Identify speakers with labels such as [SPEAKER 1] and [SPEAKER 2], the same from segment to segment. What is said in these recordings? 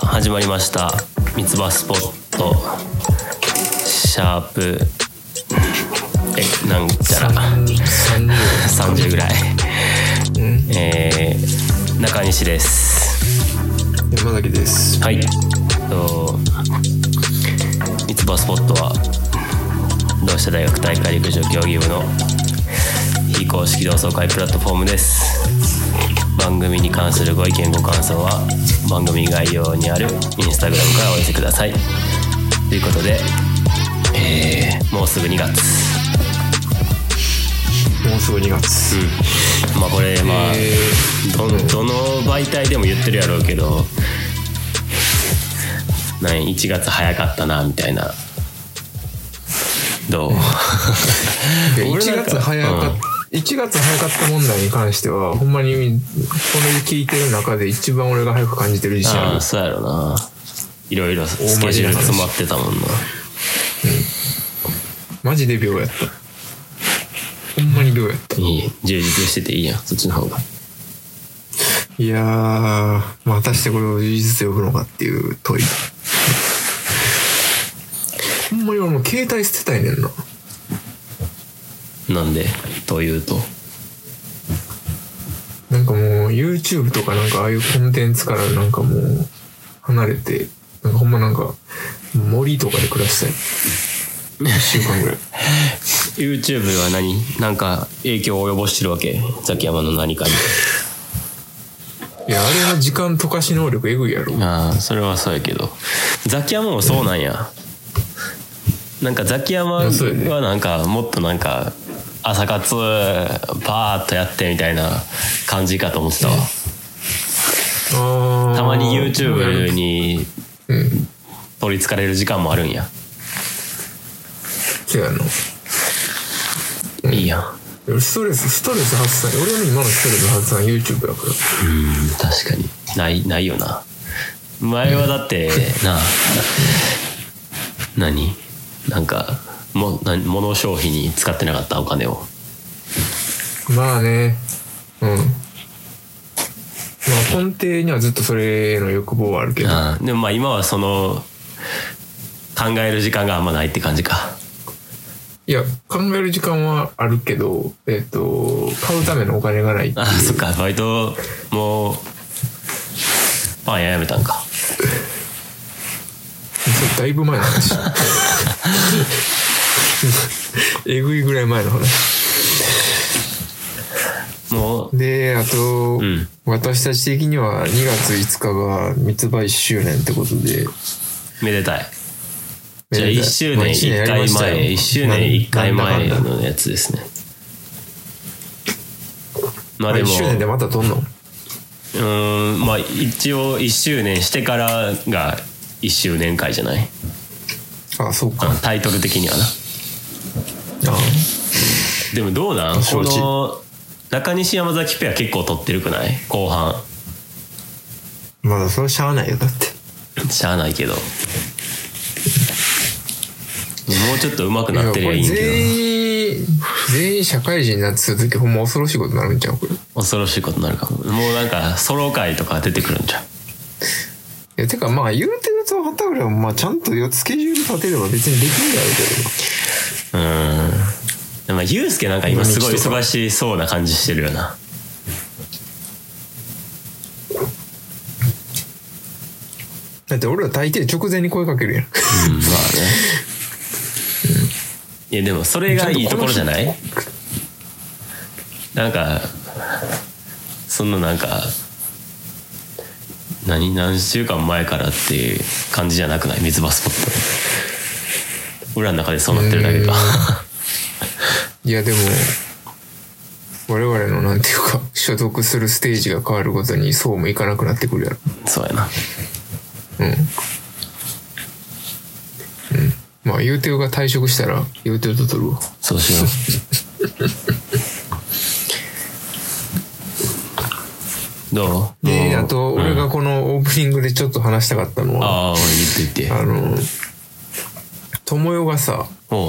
[SPEAKER 1] 始まりました三つ葉スポットシャープなんちゃら30ぐらい、中西です。
[SPEAKER 2] 山崎です。
[SPEAKER 1] はい。三つ葉スポットは同志社大学大会陸上競技部の非公式同窓会プラットフォームです。番組に関するご意見ご感想は番組概要にあるインスタグラムからお寄せください。ということで、もうすぐ2月。
[SPEAKER 2] もうすぐ2月。
[SPEAKER 1] まあこれどの媒体でも言ってるやろうけど、1月早かったなみたいな。どう
[SPEAKER 2] 1月早かった問題に関してはほんまにこれ聞いてる中で一番俺が早く感じてる自信ある。
[SPEAKER 1] そうやろな。いろいろスケジュール詰まってたもんな。
[SPEAKER 2] マジで秒やった。ほんまに秒やった。
[SPEAKER 1] いい、充実してていいやん、そっちの方が。
[SPEAKER 2] いやー、果たしてこれを充実で呼ぶのかっていう問い。ほんまに俺もう携帯捨てたいねんな。
[SPEAKER 1] なんでというと、
[SPEAKER 2] なんかもう YouTube とかなんかああいうコンテンツからなんかもう離れて、なんかほんまなんか森とかで暮らしたい。1週間ぐらい。
[SPEAKER 1] YouTube はなんか影響を及ぼしてるわけ？ザキヤマの何かに。
[SPEAKER 2] いや、あれは時間溶かし能力エグいやろ。
[SPEAKER 1] ああ、それはそうやけど、ザキヤマもそうなんや。なんかザキヤマはなんかもっとなんか朝活パーッとやってみたいな感じかと思ってたわ。たまに YouTube に取り憑かれる時間もあるんや。
[SPEAKER 2] そうやな。
[SPEAKER 1] いいやん。
[SPEAKER 2] ストレス発散。俺の今のストレス発散 YouTube やから。
[SPEAKER 1] 確かにないよな。前はだってな、なんか物消費に使ってなかったお金を。
[SPEAKER 2] まあね、根底にはずっとそれへの欲望はあるけど。
[SPEAKER 1] でも今はその考える時間があんまないって感じか。
[SPEAKER 2] いや、考える時間はあるけど、買うためのお金がないっていう。
[SPEAKER 1] そっか、バイトもうパン屋やめたんか。
[SPEAKER 2] だいぶ前の話。えぐいぐらい前の話。
[SPEAKER 1] もう
[SPEAKER 2] で、あと、私たち的には2月5日が三つ葉1周年ってことで、
[SPEAKER 1] めでたい。じゃあ1周年1回前、1周年1回前のやつですね。まあでも
[SPEAKER 2] 1周年でまた撮んの？
[SPEAKER 1] まあ一応1周年してからが1周年会じゃない？
[SPEAKER 2] あ、そうか。
[SPEAKER 1] タイトル的にはな。でもどうなん？この中西山崎ペア結構撮ってるくない？後半。
[SPEAKER 2] まだそれはしゃあないよ、だって。
[SPEAKER 1] しゃあないけど。もうちょっと上手くなってりゃいいんけど。
[SPEAKER 2] 全員社会人になってた時ほんま恐ろしいことになるんちゃうこれ。
[SPEAKER 1] 恐ろしいことになるかも。もうなんかソロ会とか出てくるんじゃん。
[SPEAKER 2] いや、てかまあ言うてるとはたぐらいはまあちゃんとスケジュール立てれば別にできるんだろうけど。
[SPEAKER 1] でもユースケなんか今すごい忙しそうな感じしてるよな。
[SPEAKER 2] だって俺ら大抵直前に声かけるやん。まあね。
[SPEAKER 1] いやでもそれがいいところじゃない？なんかそんななんか何週間前からっていう感じじゃなくない？三つ葉スポット。俺らの中でそうなってるだけか。
[SPEAKER 2] いやでも我々のなんていうか所属するステージが変わるごとにそうもいかなくなってくるやろ。
[SPEAKER 1] そうやな。
[SPEAKER 2] まあ言うてよが退職したら言うてよと取るわ。
[SPEAKER 1] そうしよう。どう？
[SPEAKER 2] で、あと俺がこのオープニングでちょっと話したかったのは、
[SPEAKER 1] 言って
[SPEAKER 2] 友よがさ、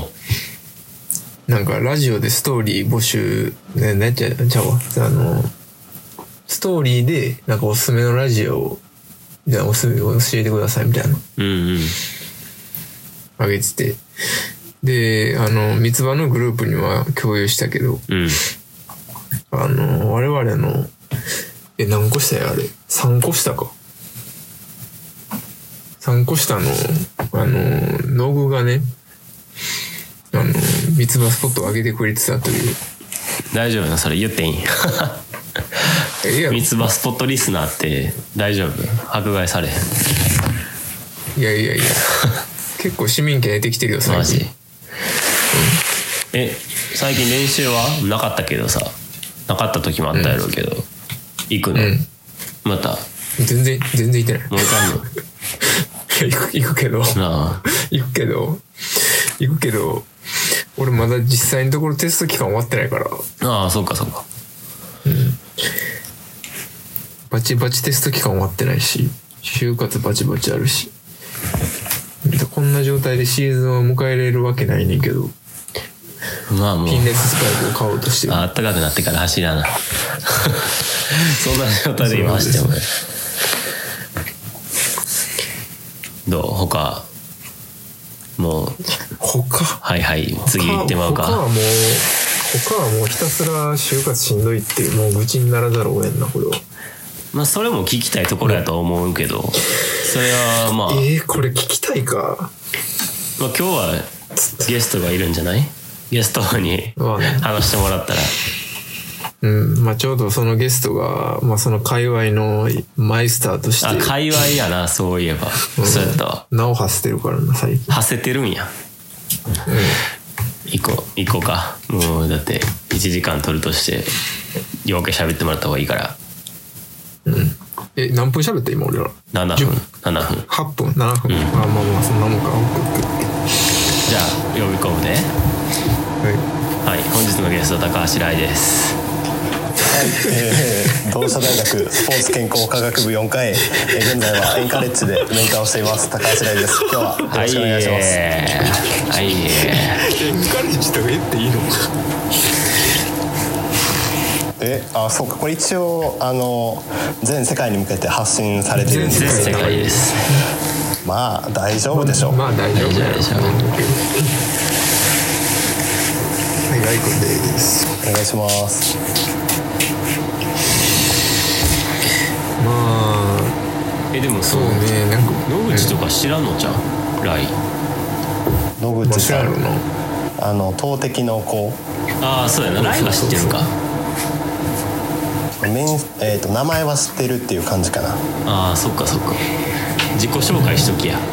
[SPEAKER 2] なんかラジオでストーリー募集ね、ちゃうわ、ストーリーでなんかおすすめのラジオじゃあ教えてくださいみたいな
[SPEAKER 1] うんうん
[SPEAKER 2] あげてて、で三つ葉のグループには共有したけど、
[SPEAKER 1] うん
[SPEAKER 2] 我々の何個下やあれ3個下か3個下のノグがね三つ葉スポットを上げてくれてたという。
[SPEAKER 1] 大丈夫なそれ言っていい
[SPEAKER 2] いや
[SPEAKER 1] 三つ葉スポットリスナーって大丈夫迫害されへん
[SPEAKER 2] いや結構市民権得てきてるよ最
[SPEAKER 1] マジ、
[SPEAKER 2] 近。
[SPEAKER 1] 最近練習はなかったけどさなかった時もあったやろうけど、行くの、また
[SPEAKER 2] 全然行ってない。
[SPEAKER 1] もう行かんの
[SPEAKER 2] いや行くけど
[SPEAKER 1] なあ
[SPEAKER 2] 行くけど俺まだ実際のところテスト期間終わってないから。
[SPEAKER 1] ああそうかそうか
[SPEAKER 2] バチバチテスト期間終わってないし就活バチバチあるし、こんな状態でシーズンを迎えれるわけないねんけど、
[SPEAKER 1] まあもう
[SPEAKER 2] ピンレススパイクを買おうとしてる。
[SPEAKER 1] あったかくなってから走らなそんな状態で今走ってもね。どう他もう
[SPEAKER 2] 他
[SPEAKER 1] はいはい次行ってまうか。
[SPEAKER 2] 他はもうひたすら就活しんどいってもう愚痴にならざるを得んなこれは。
[SPEAKER 1] まあそれも聞きたいところやと思うけど、それはまあ
[SPEAKER 2] これ聞きたいか。
[SPEAKER 1] まあ今日はゲストがいるんじゃない？ゲストに話してもらったら。
[SPEAKER 2] まあちょうどそのゲストがまあその界隈のマイスターとして。
[SPEAKER 1] あ界隈やなそういえば、そうやったわ。
[SPEAKER 2] 名を馳せてるからな最近。
[SPEAKER 1] 馳せてるんや。行こうか。もうだって1時間取るとしてようけ喋ってもらった方がいいから。
[SPEAKER 2] 何分喋った今俺ら。
[SPEAKER 1] 7分
[SPEAKER 2] 8分7分、まあそんなもんか。
[SPEAKER 1] じゃあ呼び込むね。はい、本日のゲスト高橋来です。
[SPEAKER 3] はい、同志社大学スポーツ健康科学部4回、現在はエンカレッジでメンターをしています高橋来です。今日はよろしくお願いします。
[SPEAKER 1] はい、
[SPEAKER 2] エンカレッジとか言っていいの？
[SPEAKER 3] そうか、これ一応全世界に向けて発信されてるんですけど、
[SPEAKER 1] 全世界です。
[SPEAKER 3] まあ大丈夫でしょう。
[SPEAKER 2] まあ大丈夫でしょう。はい、ライ君です。
[SPEAKER 3] お願いします。
[SPEAKER 2] まあ
[SPEAKER 1] でも
[SPEAKER 2] そうね、なんか
[SPEAKER 1] 野口とか知らんのじゃん、来
[SPEAKER 3] 野口さん、投擲の子。
[SPEAKER 1] ああそうやな、来は知ってるか。
[SPEAKER 3] 名前は知ってるっていう感じかな。
[SPEAKER 1] ああそっかそっか。自己紹介しときや。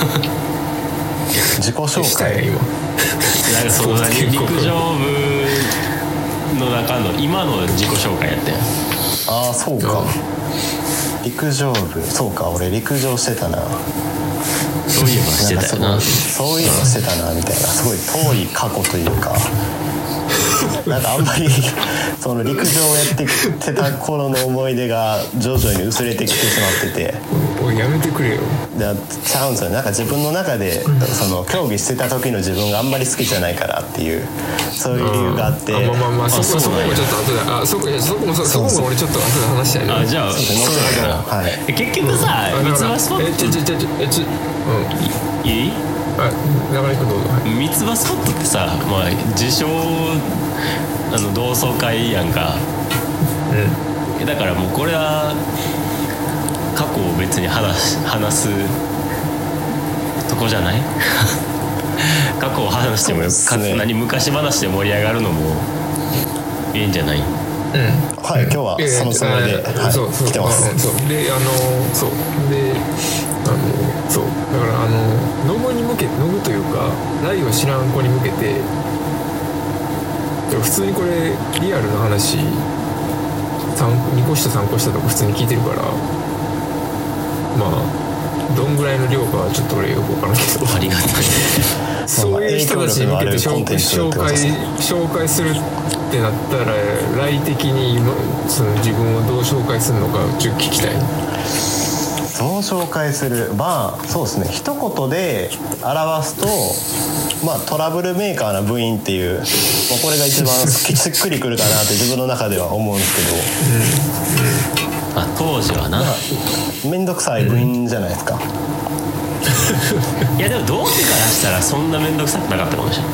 [SPEAKER 3] 自己紹介
[SPEAKER 2] 今
[SPEAKER 1] なんかその陸上部の中の今の自己紹介やってん。
[SPEAKER 3] ああそうか。陸上部、そうか、俺陸上してたな。
[SPEAKER 1] そういえばしてたよな。
[SPEAKER 3] そういえばしてたなみたいな、すごい遠い過去というかなんかあんまりその陸上をやってきてた頃の思い出が徐々に薄れてきてしまってて、
[SPEAKER 2] おいやめてくれよ。
[SPEAKER 3] ちゃうんですよ。なんか自分の中でその競技してた時の自分があんまり好きじゃないからっていう、そういう理由があって、
[SPEAKER 2] まあそこもちょっと後で、そこも俺ちょっと後で話したいね。
[SPEAKER 1] あじゃあ
[SPEAKER 3] そうだな、はい、
[SPEAKER 1] 結局さ三つ葉スポットいい？
[SPEAKER 2] 長井君どうぞ。
[SPEAKER 1] 三つ葉スポットってさ、まあ自称同窓会やんか。だからもうこれは過去を別に話すとこじゃない？過去を話しても何昔話で盛り上がるのもいいんじゃない？
[SPEAKER 3] はい、今日はそのつもりで、来てます。
[SPEAKER 2] そうだからノブというかライを知らん子に向けて普通にこれリアルな話2個下3個下とか普通に聞いてるから、まあどんぐらいの量かはちょっと俺よく分からんけど、
[SPEAKER 1] ありがたい
[SPEAKER 2] そういう人たちに向けて紹介するってなったら来的にその自分をどう紹介するのかちょっと聞きたい。
[SPEAKER 3] どう紹介する、まあそうですね、一言で表すと、まあトラブルメーカーな部員っていう、もうこれが一番しっくりくるかなって自分の中では思うんですけど、
[SPEAKER 1] あ当時はな。
[SPEAKER 3] めんどくさい部員じゃないですか。
[SPEAKER 1] いやでも同期からしたらそんな面倒くさくなかったかもしれない。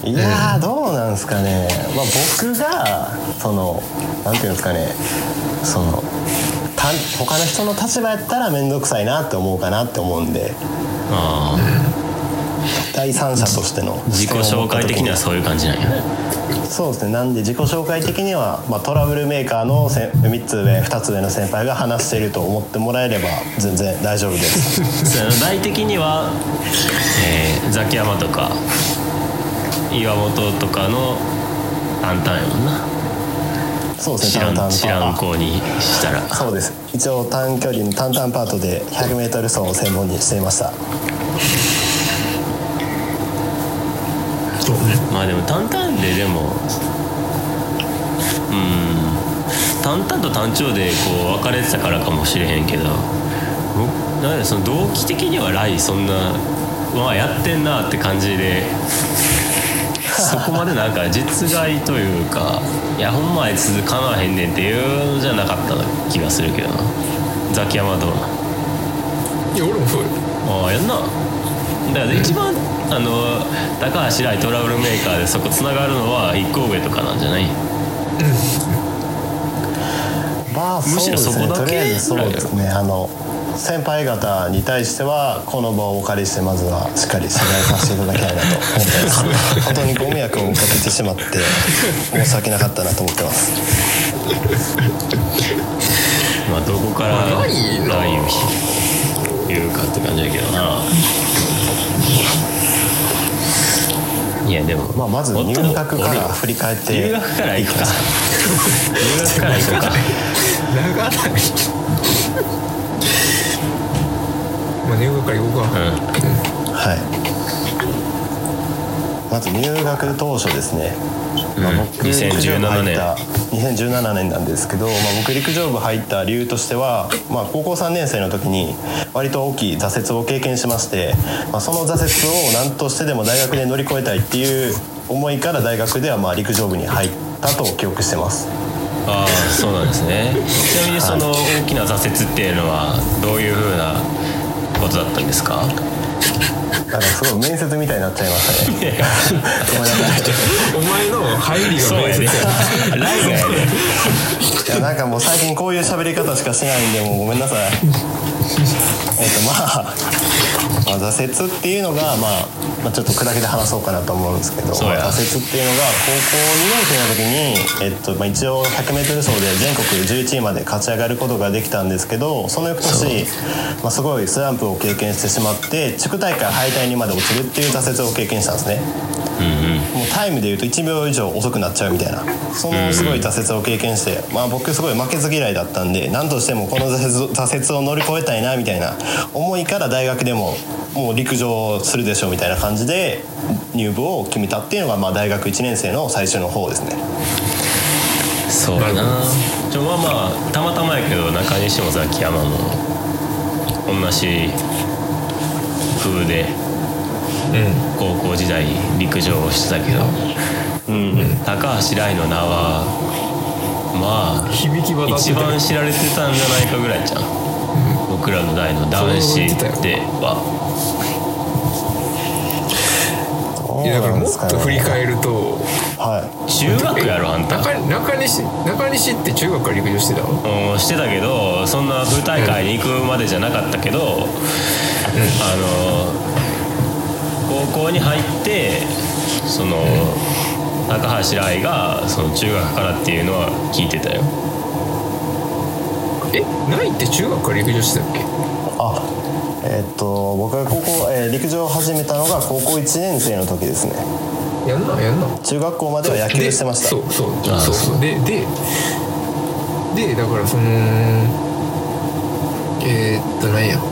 [SPEAKER 3] いやーどうなんですかね、まあ、僕がそのなんていうんですかね、その他の人の立場やったら面倒くさいなって思うかなって思うんで、
[SPEAKER 1] あ
[SPEAKER 3] 第三者としての
[SPEAKER 1] 自己紹介的にはそういう感じなんやね。
[SPEAKER 3] そうですね。なんで自己紹介的には、まあ、トラブルメーカーの3つ上2つ上の先輩が話していると思ってもらえれば全然大丈夫です。
[SPEAKER 1] 大的には、ザキヤマとか岩本とかの淡々やもんな。
[SPEAKER 3] そうですね。
[SPEAKER 1] 知らん子にしたら。
[SPEAKER 3] そうです。一応短距離の淡々パートで 100m 走を専門にしていました。
[SPEAKER 2] そうね。
[SPEAKER 1] まあでも淡々ででも淡々と単調でこう分かれてたからかもしれへんけど、なんでその動機的にはライそんなまあやってんなって感じでそこまでなんか実害というかいやほんまあいつかなわへんねんっていうのじゃなかった気がするけどな。ザキヤマはどうなん？
[SPEAKER 2] いや俺もそうよ。
[SPEAKER 1] ああやんな。だから一番高橋来トラブルメーカーでそこつながるのは一個上とかなんじゃない？
[SPEAKER 3] まあ
[SPEAKER 1] むしろそこだけ
[SPEAKER 3] とりあえずそうですね。先輩方に対してはこの場をお借りしてまずはしっかり取材させていただきたいなと思ってます本当にご迷惑をかけてしまって申し訳なかったなと思ってます。
[SPEAKER 1] まあどこからライを言うかって感じだけどな。いやでも、
[SPEAKER 3] まあ、まず入学から振り返って
[SPEAKER 1] 入学から行くか入学から行くか
[SPEAKER 2] 長ないまあ入学から行こうか。
[SPEAKER 3] はい。まず入学当初ですね、まあ、僕陸上部入った2017年なんですけど、まあ、僕陸上部入った理由としては、まあ、高校3年生の時に割と大きい挫折を経験しまして、まあ、その挫折を何としてでも大学で乗り越えたいっていう思いから大学ではまあ陸上部に入ったと記憶してます。
[SPEAKER 1] ああそうなんですね。ちなみにその大きな挫折っていうのはどういうふうなことだったんですか？
[SPEAKER 3] なんかすごい面接みたいになっちゃいましたね。ごめんなさい。
[SPEAKER 2] お前の入りが面接や。
[SPEAKER 1] ライがやね。
[SPEAKER 3] いやなんかもう最近こういう喋り方しかしないんでもうごめんなさい。まあ挫折っていうのが、まあちょっと砕けて話そうかなと思うんですけど、挫折っていうのが高校2年生の時に、一応 100m 走で全国11位まで勝ち上がることができたんですけど、その翌年、すごいスランプを経験してしまって地区大会敗退にまで落ちるっていう挫折を経験したんですね。もうタイムでいうと1秒以上遅くなっちゃうみたいな、そのすごい挫折を経験して、僕すごい負けず嫌いだったんで何としてもこの挫折を乗り越えたいなみたいな思いから大学でももう陸上するでしょうみたいな感じで入部を決めたっていうのが大学1年生の最初の方ですね。
[SPEAKER 1] そうだな。まあたまたまやけど中西もザキヤマも同じ風で高校時代陸上をしてたけど、高橋来の名はまあ一番知られてたんじゃないかぐらいじゃん、僕らの代の男子では。
[SPEAKER 2] いやだからもっと振り返ると、
[SPEAKER 1] 中学やろあんた。
[SPEAKER 2] 中西って中学から陸上してた？
[SPEAKER 1] してたけどそんな部大会に行くまでじゃなかったけど、高校に入ってその高橋来がその中学からっていうのは聞いてたよ。
[SPEAKER 2] ないって中学から陸上してたっけ？
[SPEAKER 3] 僕が陸上を始めたのが高校1年生の時ですね。
[SPEAKER 2] やんな
[SPEAKER 3] 中学校までは野球してました。
[SPEAKER 2] そうでだからそのなんや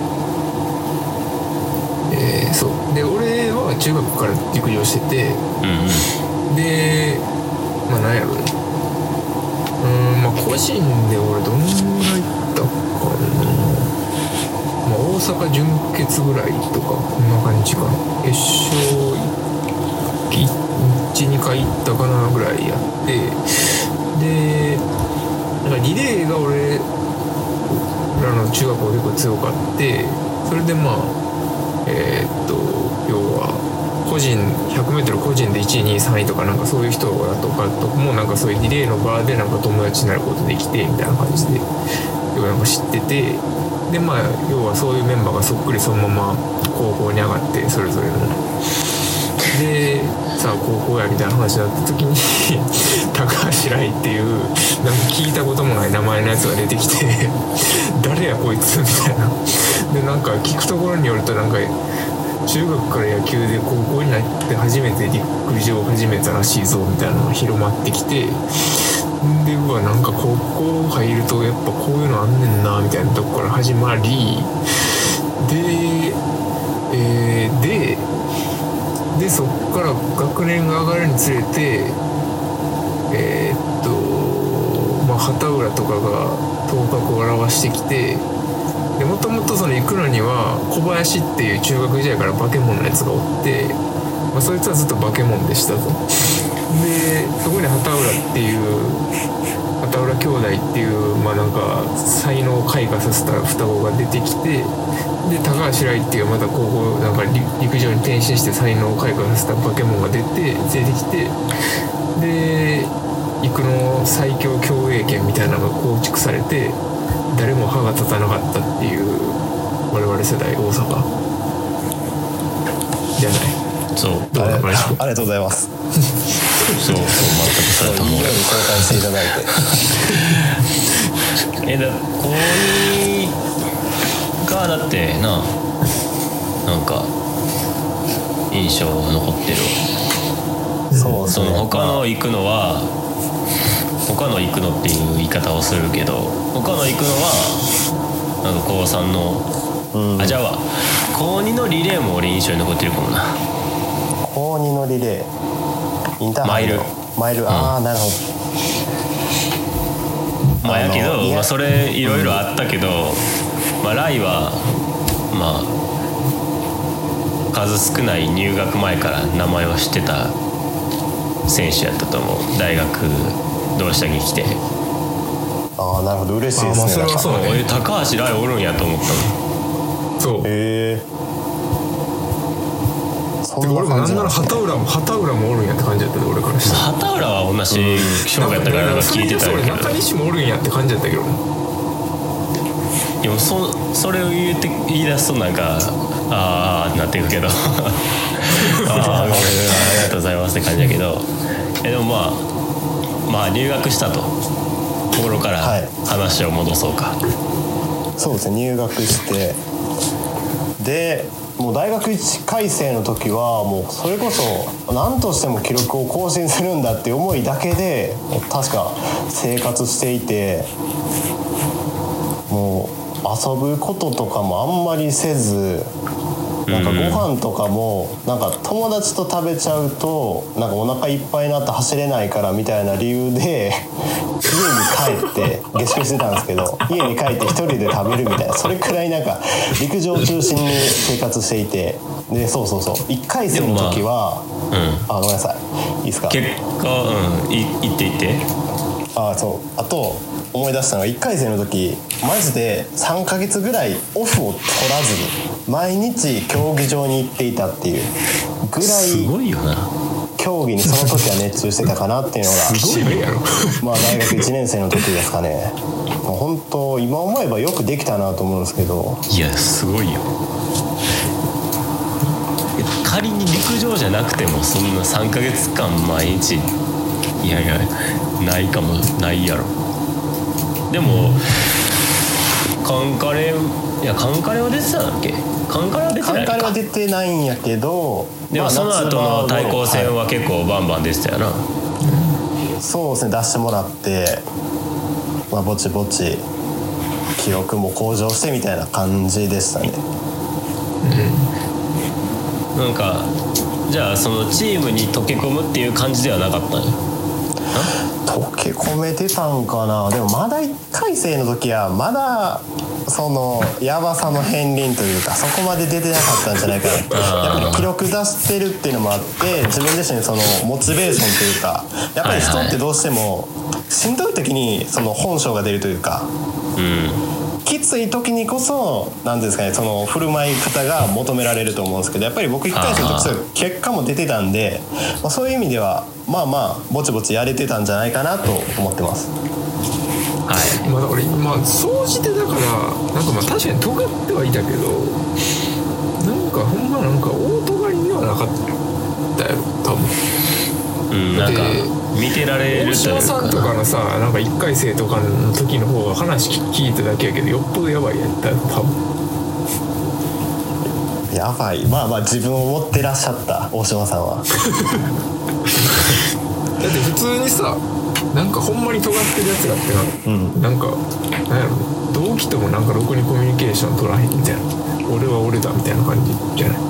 [SPEAKER 2] そうで俺は中学から陸上してて、でなんやろね、個人で俺どんぐらい行ったかな、大阪準決ぐらいとかこんな感じかな。決勝 1,2 回行ったかなぐらいやって、でなんかリレーが俺中学校結構強かって、それでまあ要は個人 100m 個人で1位2位3位とかなんかそういう人らとかともなんかそういうリレーの場でなんか友達になることできてみたいな感じで要はなんか知ってて、でまあ要はそういうメンバーがそっくりそのまま高校に上がってそれぞれのでさあ高校やみたいな話になった時に高橋来っていうなんか聞いたこともない名前のやつが出てきて誰やこいつみたいなでなんか聞くところによるとなんか中学から野球で高校になって初めて陸上を始めたらしいぞみたいなのが広まってきて、でうわなんか高校入るとやっぱこういうのあんねんなみたいなとこから始まりでそっから学年が上がるにつれてまあ旗浦とかが頭角を現してきて、でもともとその行くのには小林っていう中学時代からバケモンのやつがおって、まあ、そいつはずっとバケモンでしたと。でそこに旗浦っていう旗浦兄弟っていうまあなんか才能を開花させた双子が出てきて、で高橋来っていうまた高校なんか陸上に転身して才能を開花させたバケモンが出てきて、で陸の最強競泳圏みたいなのが構築されて誰も歯が立たなかったっていう我々世代大阪じゃない。
[SPEAKER 1] そう
[SPEAKER 3] ありがとうございます。
[SPEAKER 1] そう全くそうだと思う。
[SPEAKER 3] いいように紹介していただいて
[SPEAKER 1] 高2がだってなんか印象残ってる。
[SPEAKER 3] そうですね。
[SPEAKER 1] その他の行くのは他の行くのっていう言い方をするけど、他の行くのはなんか高3の、じゃあ高2のリレーも俺印象に残ってるかもな。
[SPEAKER 3] 高2のリレーインターハイのマイル、ああなるほど。
[SPEAKER 1] まあやけど、まあ、それいろいろあったけど、まあライはまあ数少ない入学前から名前を知ってた選手やったと思う。大学同志社に来て。
[SPEAKER 3] ああなるほど、嬉しいですね。
[SPEAKER 2] まあそれはそうね。
[SPEAKER 1] 俺高橋来おるんやと思ったの。
[SPEAKER 2] そう。
[SPEAKER 3] へえ。
[SPEAKER 2] 俺もなんなら旗浦もおるんやって感じだったで俺からしたら。
[SPEAKER 1] 旗浦は同じ小学やったからなんか聞いてたけど、
[SPEAKER 2] 中西もおるんやって感じだったけど。
[SPEAKER 1] でもそれを言い出すとなんかああなっていくけどああありがとうございますって感じだけど、でもまあ留学したところから話を戻そうか。
[SPEAKER 3] そうですね、入学してでもう大学1回生の時はもうそれこそ何としても記録を更新するんだっていう思いだけで確か生活していて、もう遊ぶこととかもあんまりせず、なんかご飯とかもなんか友達と食べちゃうとなんかお腹いっぱいになって走れないからみたいな理由で家に帰って下宿してたんですけど、家に帰って一人で食べるみたいな、それくらいなんか陸上中心に生活していて、でそう1回生の時は、ごめんなさいいいですか。
[SPEAKER 1] 結果行って
[SPEAKER 3] そうあと思い出したのが1回生の時マジで3ヶ月ぐらいオフを取らずに毎日競技場に行っていたっていうぐらい
[SPEAKER 1] すごいよな。
[SPEAKER 3] 競技にその時は熱中してたかなっていうのが
[SPEAKER 2] すごいやろ
[SPEAKER 3] まあ大学1年生の時ですかね。本当今思えばよくできたなと思うんですけど、
[SPEAKER 1] いやすごいよ。仮に陸上じゃなくてもそんな3ヶ月間毎日いやないやろ。でもカンカレは出てたんだっけ。カンカレは出てないか。
[SPEAKER 3] カンカレは出てないんやけど、
[SPEAKER 1] でもその後の対抗戦は結構バンバン出てたよな。
[SPEAKER 3] そうですね、出してもらって、ぼちぼち記録も向上してみたいな感じでしたね。
[SPEAKER 1] なんかじゃあそのチームに溶け込むっていう感じではなかったんや。
[SPEAKER 3] 溶け込めてたんかな。でもまだ1回生の時はまだそのヤバさの片鱗というかそこまで出てなかったんじゃないかな。やっぱり記録出してるっていうのもあって自分自身そのモチベーションというか、やっぱり人ってどうしてもしんどい時にその本性が出るというか、 きつい時にこそなんですかね、その振る舞い方が求められると思うんですけど、やっぱり僕1回生の時結果も出てたんで、まあ、そういう意味ではまあまあぼちぼちやれてたんじゃないかなと思ってます。
[SPEAKER 1] はい。
[SPEAKER 2] まあだからまあ総じてだからなんかまあ確かに尖ってはいたけど、なんかほんまなんか大尖りではなかったよ多分。
[SPEAKER 1] なんか見てられるというか、
[SPEAKER 2] 大島さんとかのさ、なんか1回生とかの時の方が話聞いただけやけどよっぽどやばいやったよ多分。
[SPEAKER 3] やばい。まあまあ自分を持ってらっしゃった大島さんは。
[SPEAKER 2] だって普通にさ、なんかほんまに尖ってるやつらってなんかなんやろ、同期ともなんかろくにコミュニケーション取らへんみたいな、俺は俺だみたいな感じじゃない。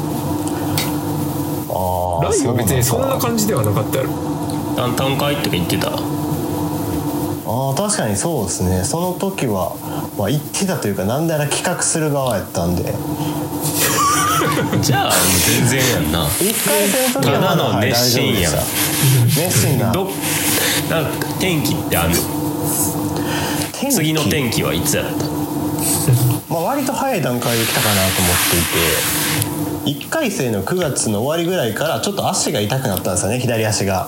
[SPEAKER 2] ライは別にそんな感じではなかったやろ。
[SPEAKER 1] 単会とか言ってた。
[SPEAKER 3] 確かにそうですね。その時は、まあ、言ってたというか、なんなら企画する側やったんで
[SPEAKER 1] じゃあ全然やんな。
[SPEAKER 3] 1回生の時は
[SPEAKER 1] ただの熱心やん。
[SPEAKER 3] 熱心な。
[SPEAKER 1] なんか天気ってあるの？次の天気はいつやった？
[SPEAKER 3] まあ割と早い段階で来たかなと思っていて、1回生の9月の終わりぐらいからちょっと足が痛くなったんですよね、左足が。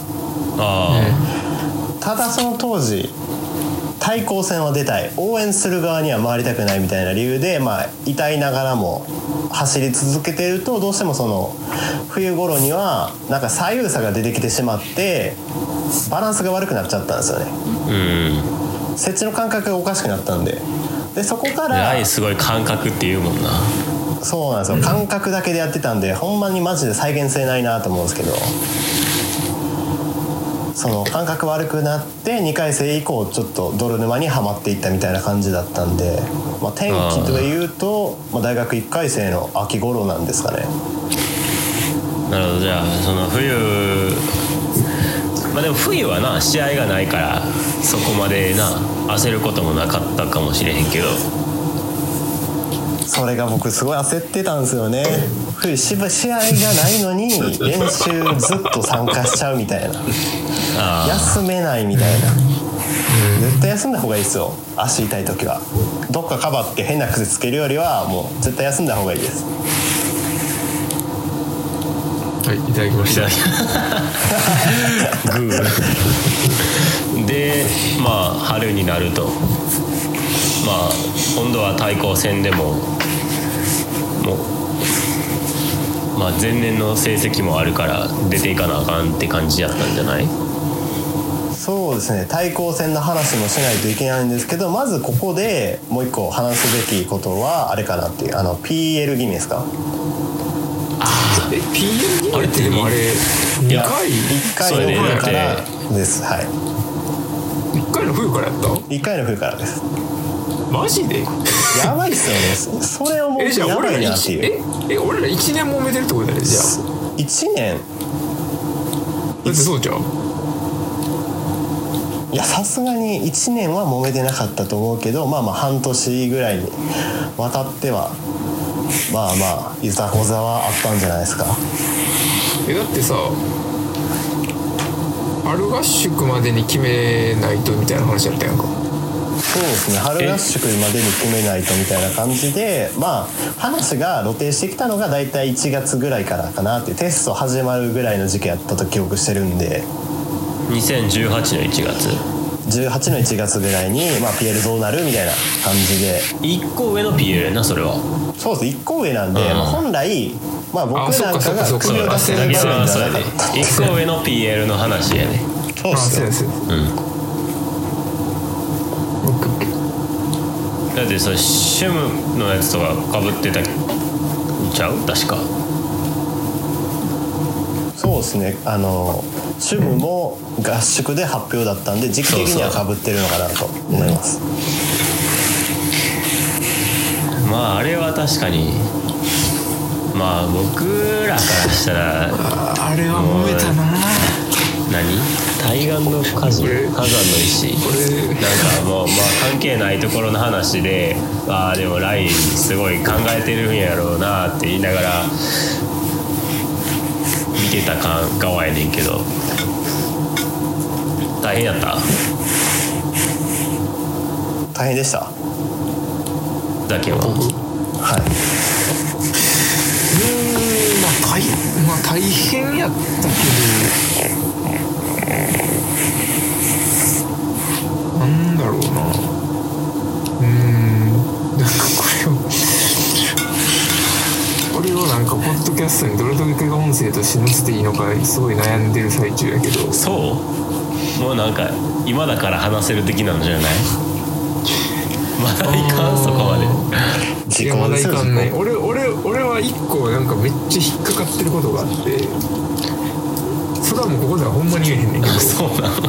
[SPEAKER 3] ただその当時対抗戦は出たい、応援する側には回りたくないみたいな理由で、まあ痛いながらも走り続けていると、どうしてもその冬頃にはなんか左右差が出てきてしまってバランスが悪くなっちゃったんですよね。接地の感覚がおかしくなったんで、そこから
[SPEAKER 1] すごい感覚っていうもんな。
[SPEAKER 3] そうなんですよ、感覚だけでやってたんで、ほんまにマジで再現性ないなと思うんですけど、その感覚悪くなって2回生以降ちょっと泥沼にはまっていったみたいな感じだったんで、まあ、天気というと、まあ、大学1回生の秋頃なんですかね。
[SPEAKER 1] なるほど。じゃあその冬、まあでも冬はな試合がないからそこまでな焦ることもなかったかもしれへんけど、
[SPEAKER 3] それが僕すごい焦ってたんですよね。冬試合がないのに練習ずっと参加しちゃうみたいな、休めないみたいな。絶対休んだ方がいいですよ、足痛い時は。どっかかばって変な癖つけるよりはもう絶対休んだ方がいいです。
[SPEAKER 2] はい、いただきました。
[SPEAKER 1] グーで、まあ春になると、まあ今度は対抗戦でもまあ前年の成績もあるから出ていかなあかんって感じやったんじゃない？
[SPEAKER 3] そうですね、対抗戦の話もしないといけないんですけど、まずここでもう一個話すべきことはあれかなっていう、PL 決めですか。
[SPEAKER 2] PL 決めってでもあれ2回
[SPEAKER 3] 1回の冬からです。はい、
[SPEAKER 2] 1回の冬からやった
[SPEAKER 3] 1回の冬からです。
[SPEAKER 2] マジで
[SPEAKER 3] やばいっすよね。それをもうやばいなっていう。
[SPEAKER 2] 俺ら1年もめてるってことだね。じゃあ
[SPEAKER 3] 1年
[SPEAKER 2] だってそうじゃん。
[SPEAKER 3] いやさすがに1年は揉めてなかったと思うけど、まあまあ半年ぐらいにわたってはまあまあいざこざはあったんじゃないですか。
[SPEAKER 2] だってさ、春合宿までに決めないとみたいな話やったやんか。
[SPEAKER 3] そうですね、春合宿までに決めないとみたいな感じで、まあ話が露呈してきたのがだいたい1月ぐらいからかなっていう、テスト始まるぐらいの時期やったと記憶してるんで、
[SPEAKER 1] 2018の1月
[SPEAKER 3] 18の1月ぐらいに、まあ、PL どうなるみたいな感じで。
[SPEAKER 1] 1個上の PL やなそれは。
[SPEAKER 3] そうです、1個上なんで、まあ、本来、まあ、僕なんかが首を出せる場面ではなかった。
[SPEAKER 1] 1個上の PL の話やね。
[SPEAKER 3] そうです。
[SPEAKER 1] だってさ、シュムのやつとかかぶってたんちゃう？確か。
[SPEAKER 3] そうですね、シュムも合宿で発表だったんで時期的にはかぶってるのかなと思います。
[SPEAKER 1] まああれは確かに、まあ僕らからしたら
[SPEAKER 2] あれは揉めたな。
[SPEAKER 1] 何？対岸の火事、火山の石、なんかもうまあ関係ないところの話で、ああでもライすごい考えてるんやろうなって言いながら見てた側やねんけど、大変やった？
[SPEAKER 3] 大変でした。
[SPEAKER 1] だけは。
[SPEAKER 3] はい。
[SPEAKER 2] まあ大変やったけど、なんだろうな。なんかこれをなんかポッドキャストにどれだけが音声として載せていいのかすごい悩んでる最中やけど。
[SPEAKER 1] そうもうなんか今だから話せる的なのじゃない？まだいかんそこまで。
[SPEAKER 2] いやまだいかんね。俺は一個なんかめっちゃ引っかかってることがあって、それはもうここではほんまに言えへんねんけど。
[SPEAKER 1] そうなの。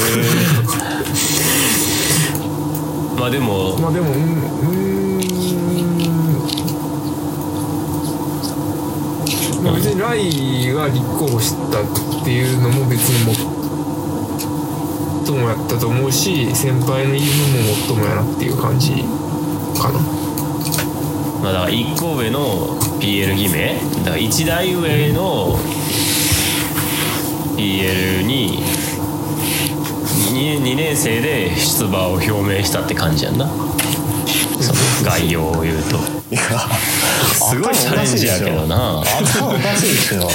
[SPEAKER 1] まあでも別にライが立候補したっていうのも別にもっともやったと思うし、先輩の言い分ももっともやなっていう感じかな。まあだから1個上の PL 決めだから1代上の PL に 2年生で出馬を表明したって感じやんな。その概要を言うと。
[SPEAKER 3] いや
[SPEAKER 1] すごいチャレンジやけどな。
[SPEAKER 3] 頭おかしいですよ。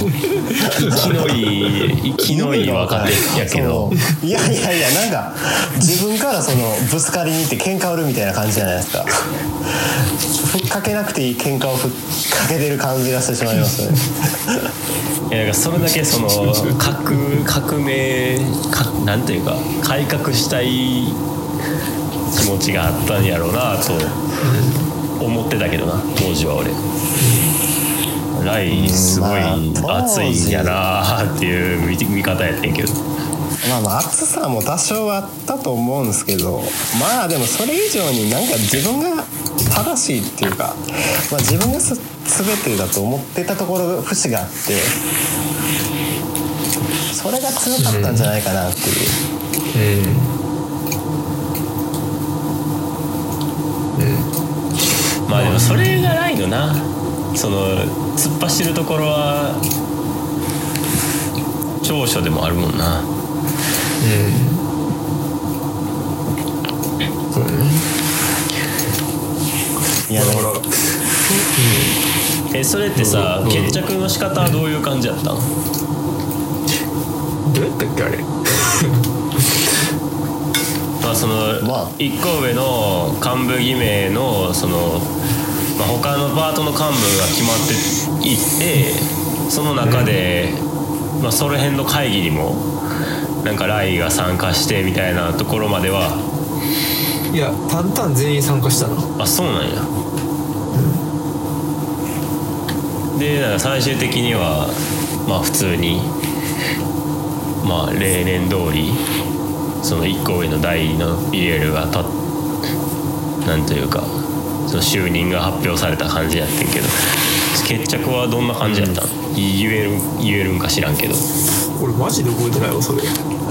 [SPEAKER 1] 生きのいい若手やけど。
[SPEAKER 3] いやなんか自分からそのぶつかりに行って喧嘩売るみたいな感じじゃないですか。ふっかけなくていい喧嘩をふっかけてる感じがしてしまいますね。
[SPEAKER 1] いやだからそれだけその革命なんていうか改革したい気持ちがあったんやろうなと思ってたけどな当時は俺。ライすごい熱いんやなっていう見方やってんけど。
[SPEAKER 3] 熱さも多少あったと思うんですけど、まあでもそれ以上になんか自分が正しいっていうか、自分が全てだと思ってたところ節があって、それが強かったんじゃないかなっていう。
[SPEAKER 1] まあでもそれがライのな、その突っ走るところは長所でもあるもんな。
[SPEAKER 2] そうね。
[SPEAKER 3] いやだから
[SPEAKER 1] それってさ、決着の仕方はどういう感じやったん？
[SPEAKER 2] どうやったっけあれ。
[SPEAKER 1] その1個上の幹部決めのその、他のパートの幹部が決まっていって、その中で、その辺の会議にもなんかライが参加してみたいなところまでは。
[SPEAKER 2] いや淡々全員参加したな。
[SPEAKER 1] あ、そうなんや。でなんか最終的には普通に例年通りその1個上の代の PL がなんというかその就任が発表された感じやってんけど、決着はどんな感じやったん？言えるんか知らんけど。
[SPEAKER 2] 俺マジで覚えてないわそれ。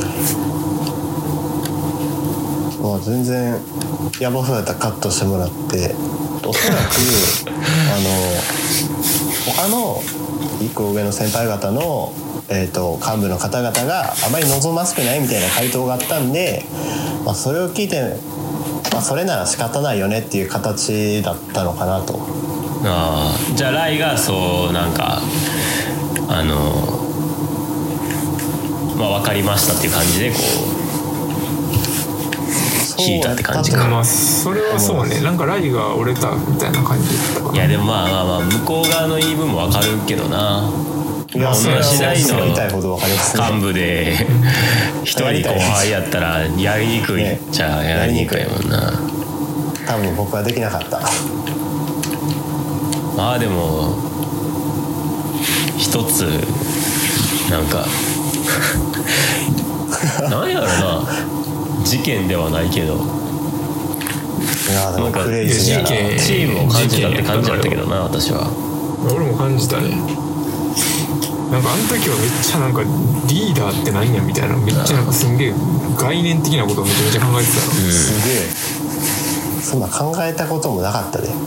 [SPEAKER 3] 全然やばそうやったらカットしてもらって、おそらく他の1個上の先輩方の、幹部の方々があまり望ましくないみたいな回答があったんで、それを聞いて、それなら仕方ないよねっていう形だったのかなと。
[SPEAKER 1] じゃあライがそうなんか分かりましたっていう感じでこう引いたって感じか。
[SPEAKER 2] それはそうね。なんかライが折れたみたいな感じだったかな。
[SPEAKER 1] いやでも向こう側の言い分も分かるけどな。
[SPEAKER 3] いや
[SPEAKER 1] 同じ代の
[SPEAKER 3] 言いたいほど分かりますね。
[SPEAKER 1] 幹部で一人後輩やったらやりにくいっちゃやりにくいもんな。
[SPEAKER 3] 多分僕はできなかった。
[SPEAKER 1] でも一つなんかなんやろな、事件ではないけど、
[SPEAKER 3] いやでもクレイジーな
[SPEAKER 1] チームを感じたって感じだったけどな、私は。
[SPEAKER 2] 俺も感じたね。なんかあの時はめっちゃなんかリーダーって何やみたいな、めっちゃなんかすんげえ概念的なことをめちゃめちゃ考えてたの。
[SPEAKER 3] すげえ。そんな考えたこともなかったで。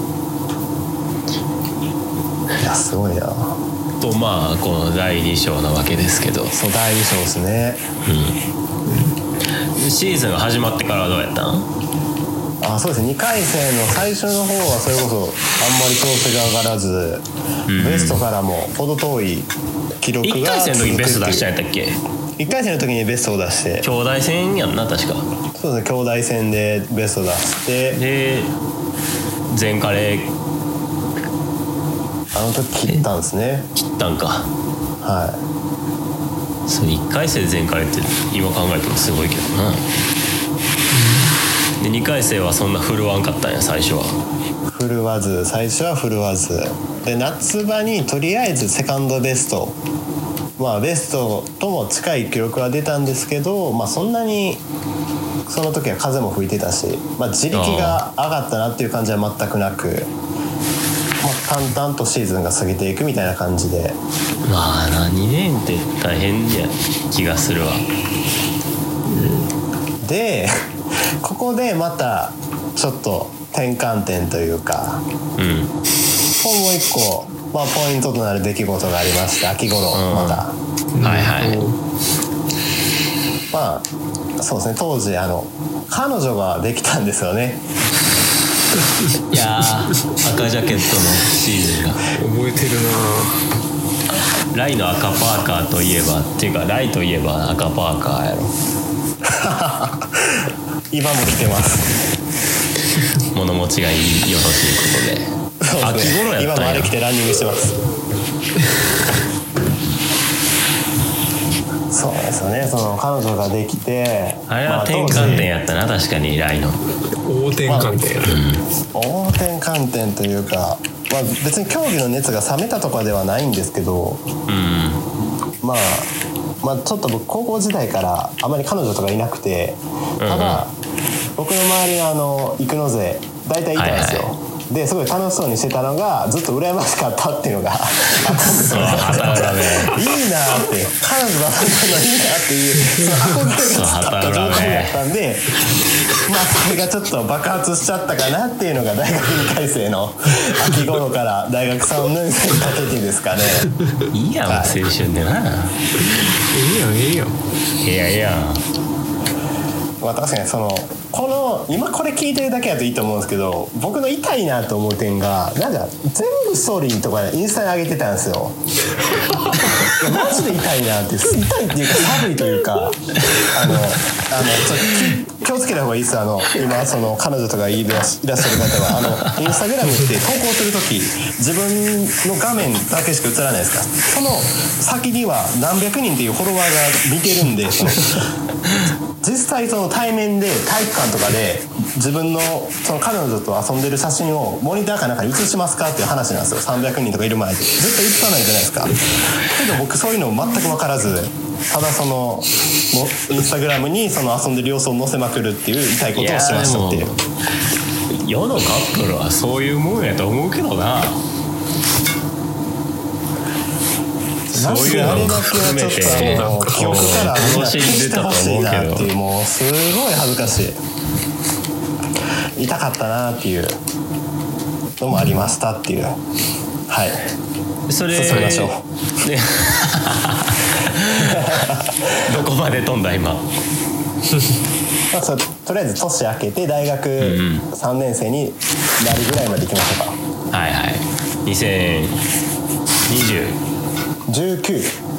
[SPEAKER 3] いやすごいな。
[SPEAKER 1] とこの第2章なわけですけど。
[SPEAKER 3] そう第2章ですね。
[SPEAKER 1] シーズンが始まってからはどうやったん？
[SPEAKER 3] そうですね、2回戦の最初の方はそれこそあんまり調子が上がらず、ベストからも程遠い記録が
[SPEAKER 1] 1回戦の時ベスト出したんやったっけ。
[SPEAKER 3] 1回戦の時にベストを出して、
[SPEAKER 1] 兄弟戦やんな確か。
[SPEAKER 3] そうですね、兄弟戦でベスト出して、
[SPEAKER 1] で全カレー
[SPEAKER 3] あの時切ったんですね。
[SPEAKER 1] 切ったんか。
[SPEAKER 3] は
[SPEAKER 1] それ1回戦で全カレーって今考えてもすごいけどな。で2回戦はそんな振るわんかったんや最初は。
[SPEAKER 3] 振るわず、最初は振るわずで、夏場にとりあえずセカンドベスト、ベストとも近い記録は出たんですけど、そんなにその時は風も吹いてたし、自力が上がったなっていう感じは全くなく、淡々とシーズンが過ぎていくみたいな感じで、
[SPEAKER 1] 2年って大変や気がするわ。
[SPEAKER 3] でここでまたちょっと転換点というか、もう一個、ポイントとなる出来事がありまして、秋頃また、そうですね、当時彼女ができたんですよね。
[SPEAKER 1] いや赤ジャケットのシーズンが
[SPEAKER 2] 覚えてるな。
[SPEAKER 1] ライの赤パーカーといえばっていうか、ライといえば赤パーカーやろ。
[SPEAKER 3] 今も着てます。
[SPEAKER 1] 物持ちがいいよろしいことで。
[SPEAKER 3] そうですね、
[SPEAKER 1] 秋頃やったんや。
[SPEAKER 3] 今もあれ着てランニングしてます。そうですよね、その彼女ができて、
[SPEAKER 1] あれは転換点やったな、確かにライの
[SPEAKER 2] 大転換点やな、
[SPEAKER 3] 大転換点というか、別に競技の熱が冷めたとかではないんですけど、ちょっと僕高校時代からあまり彼女とかいなくて、ただ僕の周りの行くの勢大体いたんですよ、ですごい楽しそうにしてたのがずっと羨ましかったっていうのがあったんですよね。いいなーって、彼女がそんなのいいなっていう憧れがずっとあった状態だったんで、それがちょっと爆発しちゃったかなっていうのが大学2回生の秋頃から大学3年生にかけてですかね。
[SPEAKER 1] いいやん、青春でな。
[SPEAKER 2] いいやん。
[SPEAKER 3] 確かに今これ聞いてるだけだといいと思うんですけど、僕の痛いなと思う点が全部ストーリーとかインスタに上げてたんですよ。マジで痛いなって、痛いっていうか寒いというか、気をつけた方がいいです。今彼女とかいらっしゃる方はインスタグラムって投稿するとき自分の画面だけしか映らないですか。その先には何百人っていうフォロワーが見てるんで、実際対面で体育館とかで自分の彼女と遊んでる写真をモニターかなんかに写しますかっていう話なんですよ。300人とかいる前で絶対写さないじゃないですか。けど僕そういうの全く分からず、ただインスタグラムに遊んでる様子を載せまくるっていう痛いことをしましたっていう。
[SPEAKER 1] 世のカップルはそういうもんやと思うけどな。そういうのも含めて
[SPEAKER 3] 記憶から楽しんでたと思うけどっていう、もうすごい恥ずかしい、痛かったなっていうのもありましたっていう。
[SPEAKER 1] それ
[SPEAKER 3] 進みましょう。
[SPEAKER 1] どこまで飛んだ今。
[SPEAKER 3] とりあえず年明けて大学3年生になるぐらいまで行きましょうか。
[SPEAKER 1] 2020 19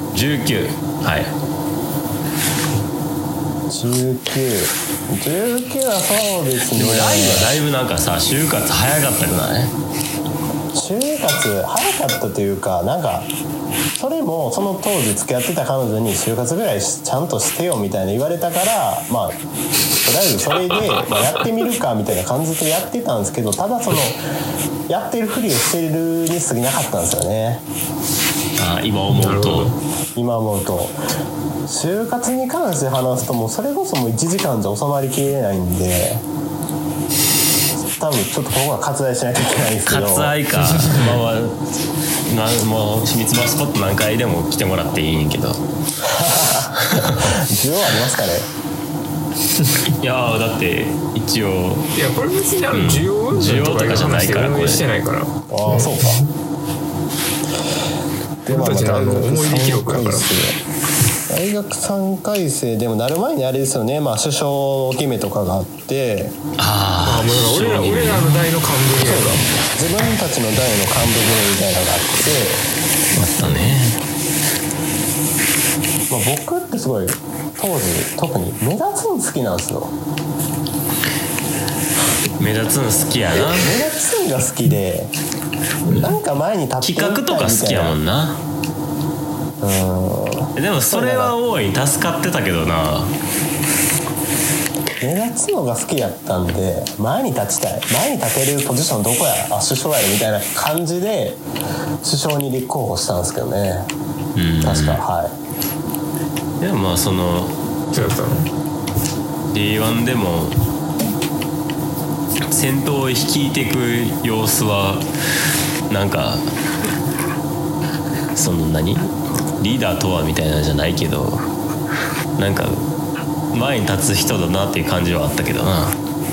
[SPEAKER 3] 19はそうですね。
[SPEAKER 1] でもライブはだいぶなんかさ、就活早かったくない？
[SPEAKER 3] 就活早かったというか、それもその当時付き合ってた彼女に就活ぐらいちゃんとしてよみたいな言われたから、とりあえずそれでやってみるかみたいな感じでやってたんですけど、ただやってるふりをしてるに過ぎなかったんですよね。
[SPEAKER 1] 今思うと
[SPEAKER 3] 就活に関して話すと、もうそれこそもう1時間じゃ収まりきれないんで、多分ちょっとここは割愛しないといけないんですけど。
[SPEAKER 1] 割愛か。もう秘密バスポット何回でも来てもらっていいんけど。
[SPEAKER 3] 需要ありますかね。
[SPEAKER 1] いやだって一応、
[SPEAKER 2] いやこれ別に需要とかじゃないからこれしてないから。
[SPEAKER 3] そうか。
[SPEAKER 2] 僕たちの思い出記録だから。
[SPEAKER 3] 大学3回生でもなる前にあれですよね、まあ首相決めとかがあって、
[SPEAKER 2] あもう俺らの代の幹部決めが
[SPEAKER 3] 自分たちの代の幹部決めみたいなのがあって
[SPEAKER 1] あったね。
[SPEAKER 3] まあ、僕ってすごい当時特に目立つの好きなんですよ。
[SPEAKER 1] 目立つの好きやな。
[SPEAKER 3] 目立つのが好きで、なんか前に立ってみたいみたいな。
[SPEAKER 1] 企画とか好きやもんな。でもそれは大いに助かってたけどな。
[SPEAKER 3] 目立つのが好きやったんで、前に立ちたい、前に立てるポジションどこや、あ首相やるみたいな感じで首相に立候補したんですけどね。確かはい。
[SPEAKER 1] でもまあその D1 でも先頭を率いていく様子はなんかその何リーダーとはみたいなのじゃないけど、なんか前に立つ人だなっていう感じはあったけどな。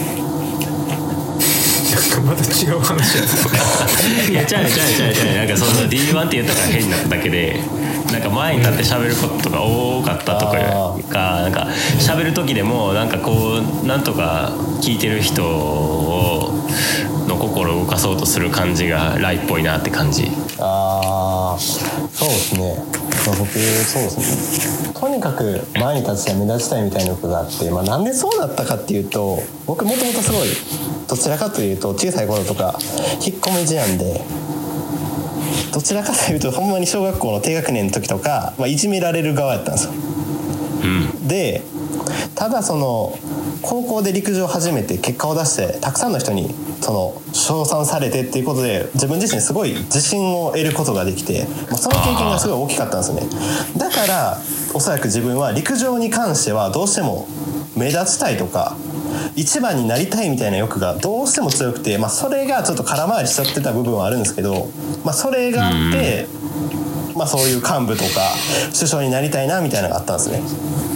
[SPEAKER 2] また違う話や
[SPEAKER 1] いやちゃうなんかその D1 って言ったから変なだけで、なんか前に立って喋ることが多かったとかなんか喋る時でもなんかこうなんとか聞いてる人の心を動かそうとする感じがライっぽいなって感じ。
[SPEAKER 3] ああそうですね、まあ、僕そうですね、とにかく前に立ちたい目立ちたいみたいなことがあって、まあ、なんでそうなったかっていうと、僕もともとすごいどちらかというと小さい頃とか引っ込み思案で、どちらかというとほんまに小学校の低学年の時とか、まあ、いじめられる側やったんですよ。でただその高校で陸上を始めて結果を出してたくさんの人にその称賛されてっていうことで、自分自身すごい自信を得ることができて、まあ、その経験がすごい大きかったんですよね。だからおそらく自分は陸上に関してはどうしても目立ちたいとか一番になりたいみたいな欲がどうしても強くて、まあ、それがちょっと空回りしちゃってた部分はあるんですけど、まあ、それがあって、まあ、そういう幹部とか首相になりたいなみたいなのがあったんですね。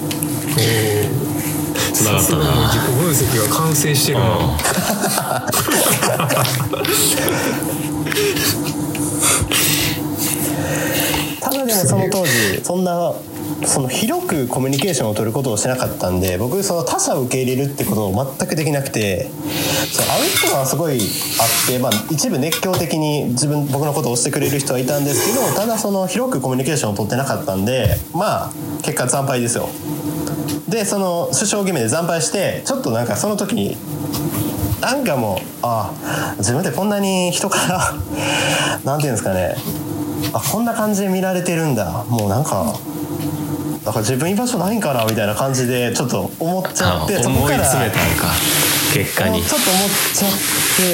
[SPEAKER 2] さすがの自己分析が完成してるな。
[SPEAKER 3] ただでもその当時その広くコミュニケーションを取ることをしなかったんで、僕その他者を受け入れるってことを全くできなくて、会う人はすごいあって、まあ、一部熱狂的に僕のことを推してくれる人はいたんですけど、ただその広くコミュニケーションを取ってなかったんで、まあ結果惨敗ですよ。でその首相決めで惨敗して、ちょっとなんかその時になんかもう自分ってこんなに人からなんていうんですかね、こんな感じで見られてるんだ、もうなんか自分居場所ないんかなみたいな感じでちょっと思っちゃって、そこから
[SPEAKER 1] 思い詰めたんか結果に
[SPEAKER 3] ちょっと思っちゃって、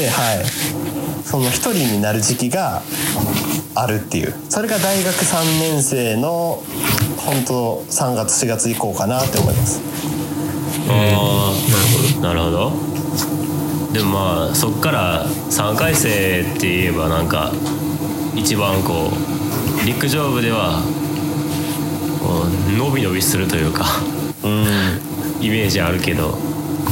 [SPEAKER 3] はい、その一人になる時期があるっていう、それが大学3年生の本当3月4月以降かなって思います。
[SPEAKER 1] なるほど。でもまあそっから3回生って言えばなんか一番こう陸上部では伸び伸びするというかイメージあるけど、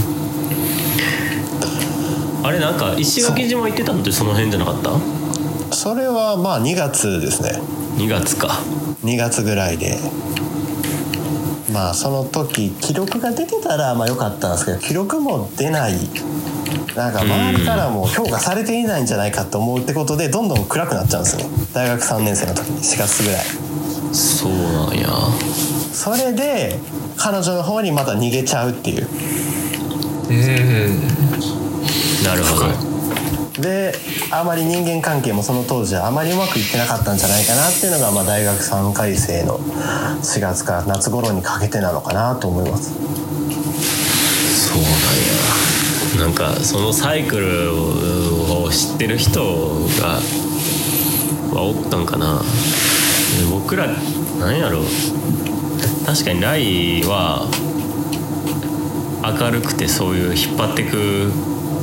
[SPEAKER 1] あれなんか石垣島行ってたのってその辺じゃなかった？
[SPEAKER 3] それはまあ2月ですね。
[SPEAKER 1] 2月か。
[SPEAKER 3] 2月ぐらいで、まあその時記録が出てたらまあ良かったんですけど、記録も出ない、なんか周りからも評価されていないんじゃないかと思うってことでどんどん暗くなっちゃうんですよ、大学3年生の時に4月ぐらい。
[SPEAKER 1] そうなんや。
[SPEAKER 3] それで彼女の方にまた逃げちゃうっていう。
[SPEAKER 1] なるほど。
[SPEAKER 3] であまり人間関係もその当時はあまりうまくいってなかったんじゃないかなっていうのが、まあ大学3回生の4月から夏頃にかけてなのかなと思います。
[SPEAKER 1] そうなんや。なんかそのサイクルを知ってる人がおったんかな。僕らなんやろ、確かにライは明るくてそういう引っ張ってく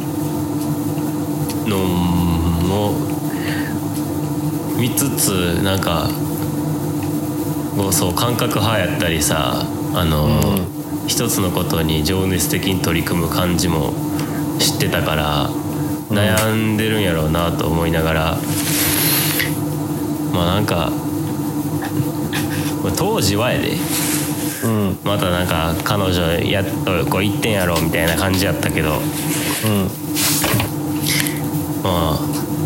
[SPEAKER 1] のも見つつ、なんかそう感覚派やったりさ、一つのことに情熱的に取り組む感じも知ってたから悩んでるんやろうなと思いながら、まあなんか当時はやでまたなんか彼女やっとこう行ってんやろみたいな感じやったけど、ま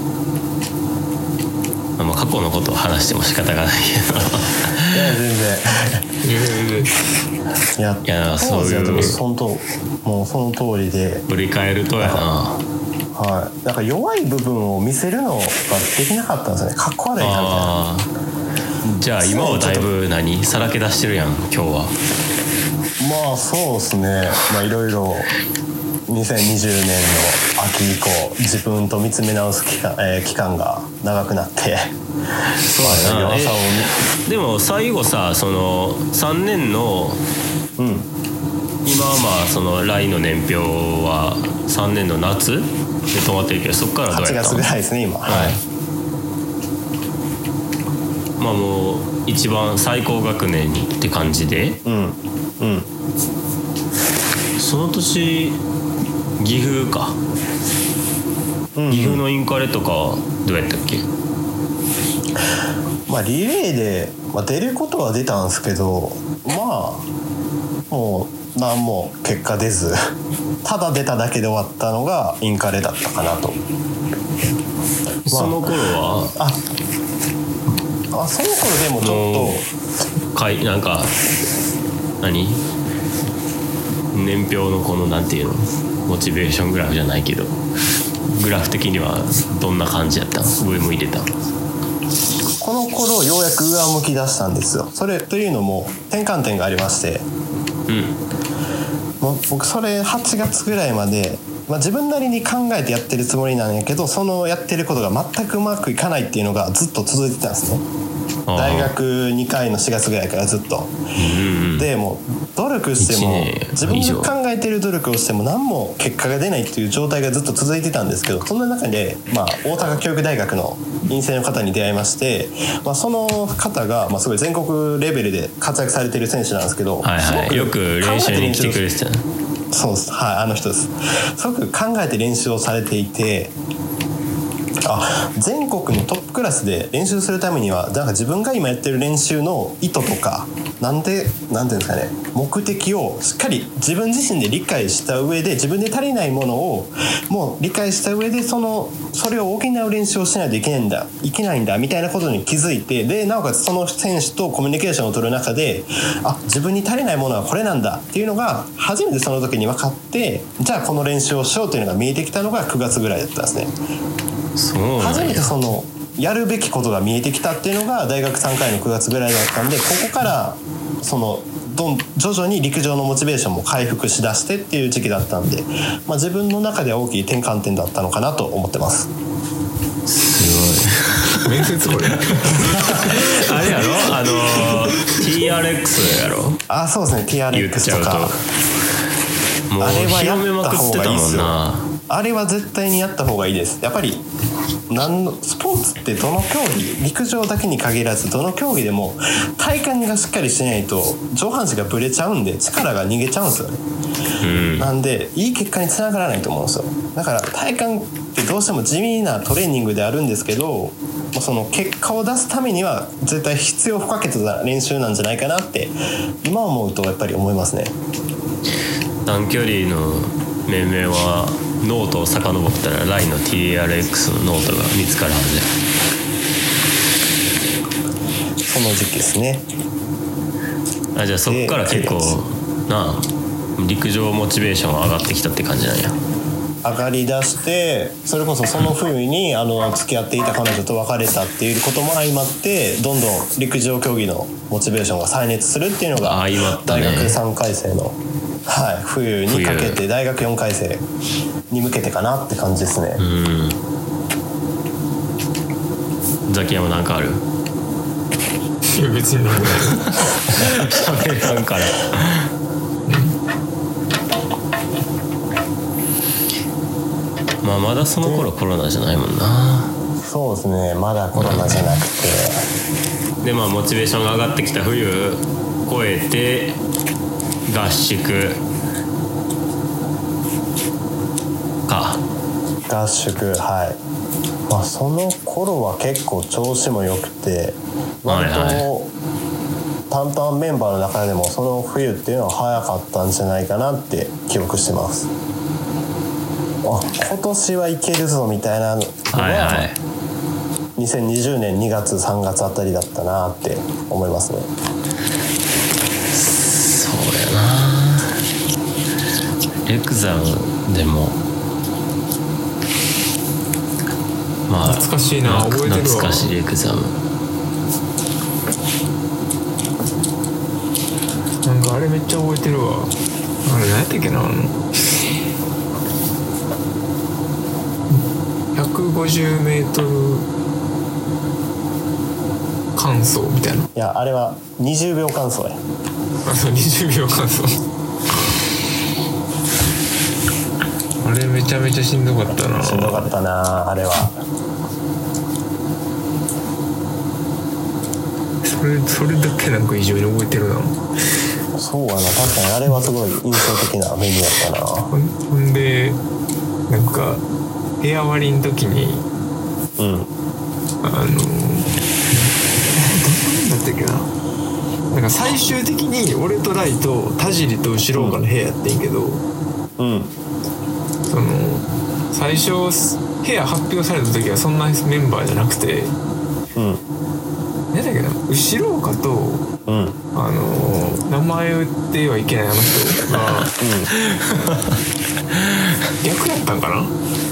[SPEAKER 1] あ過去のことを話しても仕方がないけど
[SPEAKER 3] いや全然いや
[SPEAKER 1] そういう
[SPEAKER 3] もうその通りで
[SPEAKER 1] 振り返るとやな、
[SPEAKER 3] はい、なんか弱い部分を見せるのができなかったんですよね。かっこ悪いなみたいな。
[SPEAKER 1] じゃあ今はだいぶさらけ出してるやん今日は。
[SPEAKER 3] まあそうですね。まあいろいろ2020年の秋以降自分と見つめ直す期間が長くなって、
[SPEAKER 1] そうやな。でも最後さ、その3年の、今はまあその来の年表は3年の夏で止まってるけど、そっからどうやったの？
[SPEAKER 3] 8月ぐらいですね今。はい。
[SPEAKER 1] まあもう一番最高学年って感じで、その年岐阜か、岐阜のインカレとかどうやったっけ？
[SPEAKER 3] まあリレーで、出ることは出たんですけど、まあもう何も結果出ずただ出ただけで終わったのがインカレだったかなと。
[SPEAKER 1] その頃は
[SPEAKER 3] その頃でもちょっと
[SPEAKER 1] なんか年表のこのなんていうの、モチベーショングラフじゃないけど、グラフ的にはどんな感じやったの？上向いてた？
[SPEAKER 3] この頃ようやく上向き出したんですよ。それというのも転換点がありまして、もう僕それ8月ぐらいまで、自分なりに考えてやってるつもりなんやけど、そのやってることが全くうまくいかないっていうのがずっと続いてたんですね。大学2回の4月ぐらいからずっと、でもう努力しても自分が考えてる努力をしても何も結果が出ないっていう状態がずっと続いてたんですけど、そんな中で、大阪教育大学の院生の方に出会いまして、その方が、すごい全国レベルで活躍されてる選手なんですけど、
[SPEAKER 1] よく練習に来てくれてた。
[SPEAKER 3] そうです、はい、あの人です。すごく考えて練習をされていて、全国のトップクラスで練習するためにはなんか自分が今やってる練習の意図とかなんていうんですかね、目的をしっかり自分自身で理解した上で、自分で足りないものをもう理解した上でそれを補う練習をしないといけないんだみたいなことに気づいて、でなおかつその選手とコミュニケーションを取る中で、自分に足りないものはこれなんだっていうのが初めてその時に分かって、じゃあこの練習をしようというのが見えてきたのが9月ぐらいだったんですね。初めてそのやるべきことが見えてきたっていうのが大学3回の9月ぐらいだったんで、ここから徐々に陸上のモチベーションも回復しだしてっていう時期だったんで、自分の中では大きい転換点だったのかなと思ってます。
[SPEAKER 1] すごい面接これあれやろ、TRX やろ。
[SPEAKER 3] そうですね、 TRX とか
[SPEAKER 1] もう広めまくってたもんな。
[SPEAKER 3] あれは絶対にやった方がいいです。やっぱりスポーツってどの競技、陸上だけに限らずどの競技でも体幹がしっかりしてないと上半身がブレちゃうんで力が逃げちゃうんですよね、なんでいい結果につながらないと思うんですよ。だから体幹ってどうしても地味なトレーニングであるんですけど、その結果を出すためには絶対必要不可欠な練習なんじゃないかなって今思うとやっぱり思いますね。
[SPEAKER 1] 短距離の命名はノートを遡ったらライの TRX のノートが見つかるはず
[SPEAKER 3] で、その時期ですね。
[SPEAKER 1] じゃあそっから結構陸上モチベーション上がってきたって感じなんや。
[SPEAKER 3] 上がりだして、それこそその冬に付き合っていた彼女と別れたっていうことも相まって、どんどん陸上競技のモチベーションが再熱するっていうのが大学3回生の冬にかけて大学4回生に向けてかなって感じですね。
[SPEAKER 1] ザキヤマなんかある？
[SPEAKER 2] いや別になんかない
[SPEAKER 1] 喋らんからまだその頃コロナじゃないもんな。
[SPEAKER 3] そうですね、まだコロナじゃなくて、
[SPEAKER 1] でモチベーションが上がってきた冬超えて合宿か。
[SPEAKER 3] 合宿、その頃は結構調子も良くて割とタンタンメンバーの中でもその冬っていうのは早かったんじゃないかなって記憶してます。あ、今年はいけるぞみたいなのが2020年2月3月あたりだったなって思いますね。
[SPEAKER 1] そうやな。レクザムでもまあ
[SPEAKER 2] 懐かしいな、覚えてるわ。
[SPEAKER 1] 懐かしいレクザム。
[SPEAKER 2] なんかあれめっちゃ覚えてるわ。あれ何やったっけな、150メートル完走みたいな。
[SPEAKER 3] いや、あれは20秒完走や。
[SPEAKER 2] あ、そう、20秒完走。あれめちゃめちゃしんどかったな。
[SPEAKER 3] しんどかったな、あれは。
[SPEAKER 2] それだけなんか異常に覚えてるな。
[SPEAKER 3] そうやな、確かにあれはすごい印象的なメニューやったな。
[SPEAKER 2] ほんでなんか部屋割りの時に
[SPEAKER 3] うん。
[SPEAKER 2] どんなもんだったっけな。なんか最終的に俺とライと田尻と後ろ岡の部屋やってんけど、
[SPEAKER 3] うん。
[SPEAKER 2] その最初部屋発表された時はそんなメンバーじゃなくて、
[SPEAKER 3] うん。
[SPEAKER 2] 何だっけな、後ろ岡と
[SPEAKER 3] うん。
[SPEAKER 2] 名前言ってはいけないあの人が逆やったんかな。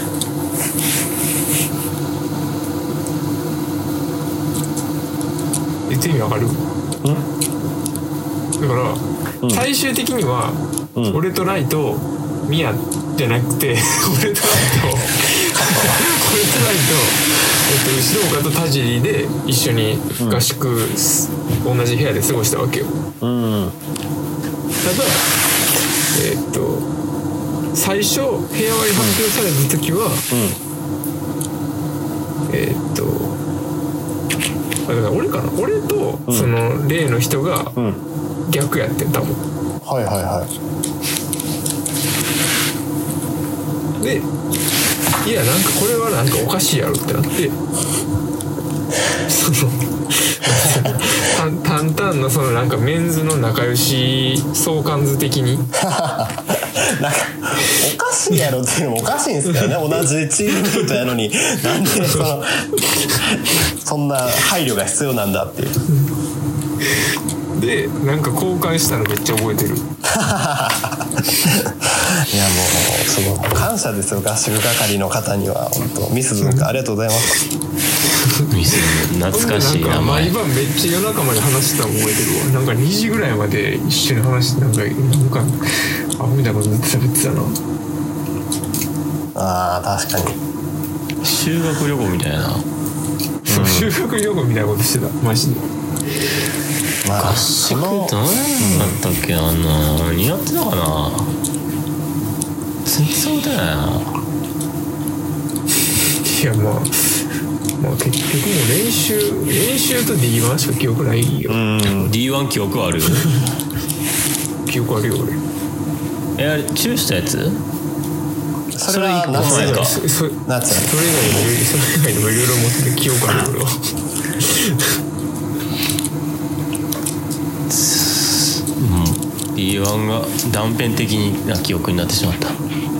[SPEAKER 2] 言って意味わかる？だから、最終的には、俺とライとミヤじゃなくて俺とライと後ろ岡と田尻で一緒に合宿、同じ部屋で過ごしたわけよ。ただ最初部屋割り発表された時は、だから俺とその例の人が逆やってん多分。
[SPEAKER 3] はいはいはい。
[SPEAKER 2] で、いやなんかこれはなんかおかしいやろってなってそのタンタンのそのなんかメンズの仲良し相関図的に
[SPEAKER 3] なんかおかしいやろっていうのもおかしいんですからね。同じチームメイトやのになんでそんな配慮が必要なんだっていう。
[SPEAKER 2] でなんか交換したのめっちゃ覚えてる。いやも
[SPEAKER 3] うすごい感謝ですよ、合宿係の方には。本当ミスズン君ありがとうございます。
[SPEAKER 1] ミスズン懐かしい名前。
[SPEAKER 2] なんか毎晩めっちゃ夜中まで話してたの覚えてるわ。なんか2時ぐらいまで一緒に話してなんかアホみたいなことずっと喋ってたな。
[SPEAKER 3] あー確かに
[SPEAKER 1] 修学旅行みたいな、
[SPEAKER 2] そう、修学旅行みたいなことしてたマジで。
[SPEAKER 1] まあ、合宿何やったっけ、あんな何やってたかな。全然そうだよな。
[SPEAKER 2] いやまあ結局もう練習と D1 しか記憶ないよ。
[SPEAKER 1] D1 記憶ある？
[SPEAKER 2] 記憶あるよ俺。
[SPEAKER 1] あれチューしたやつ？
[SPEAKER 3] それは夏前か。
[SPEAKER 2] それ以外にもいろいろ持ってて記憶あるよ俺は。
[SPEAKER 1] D1 が断片的な記憶になってしまった。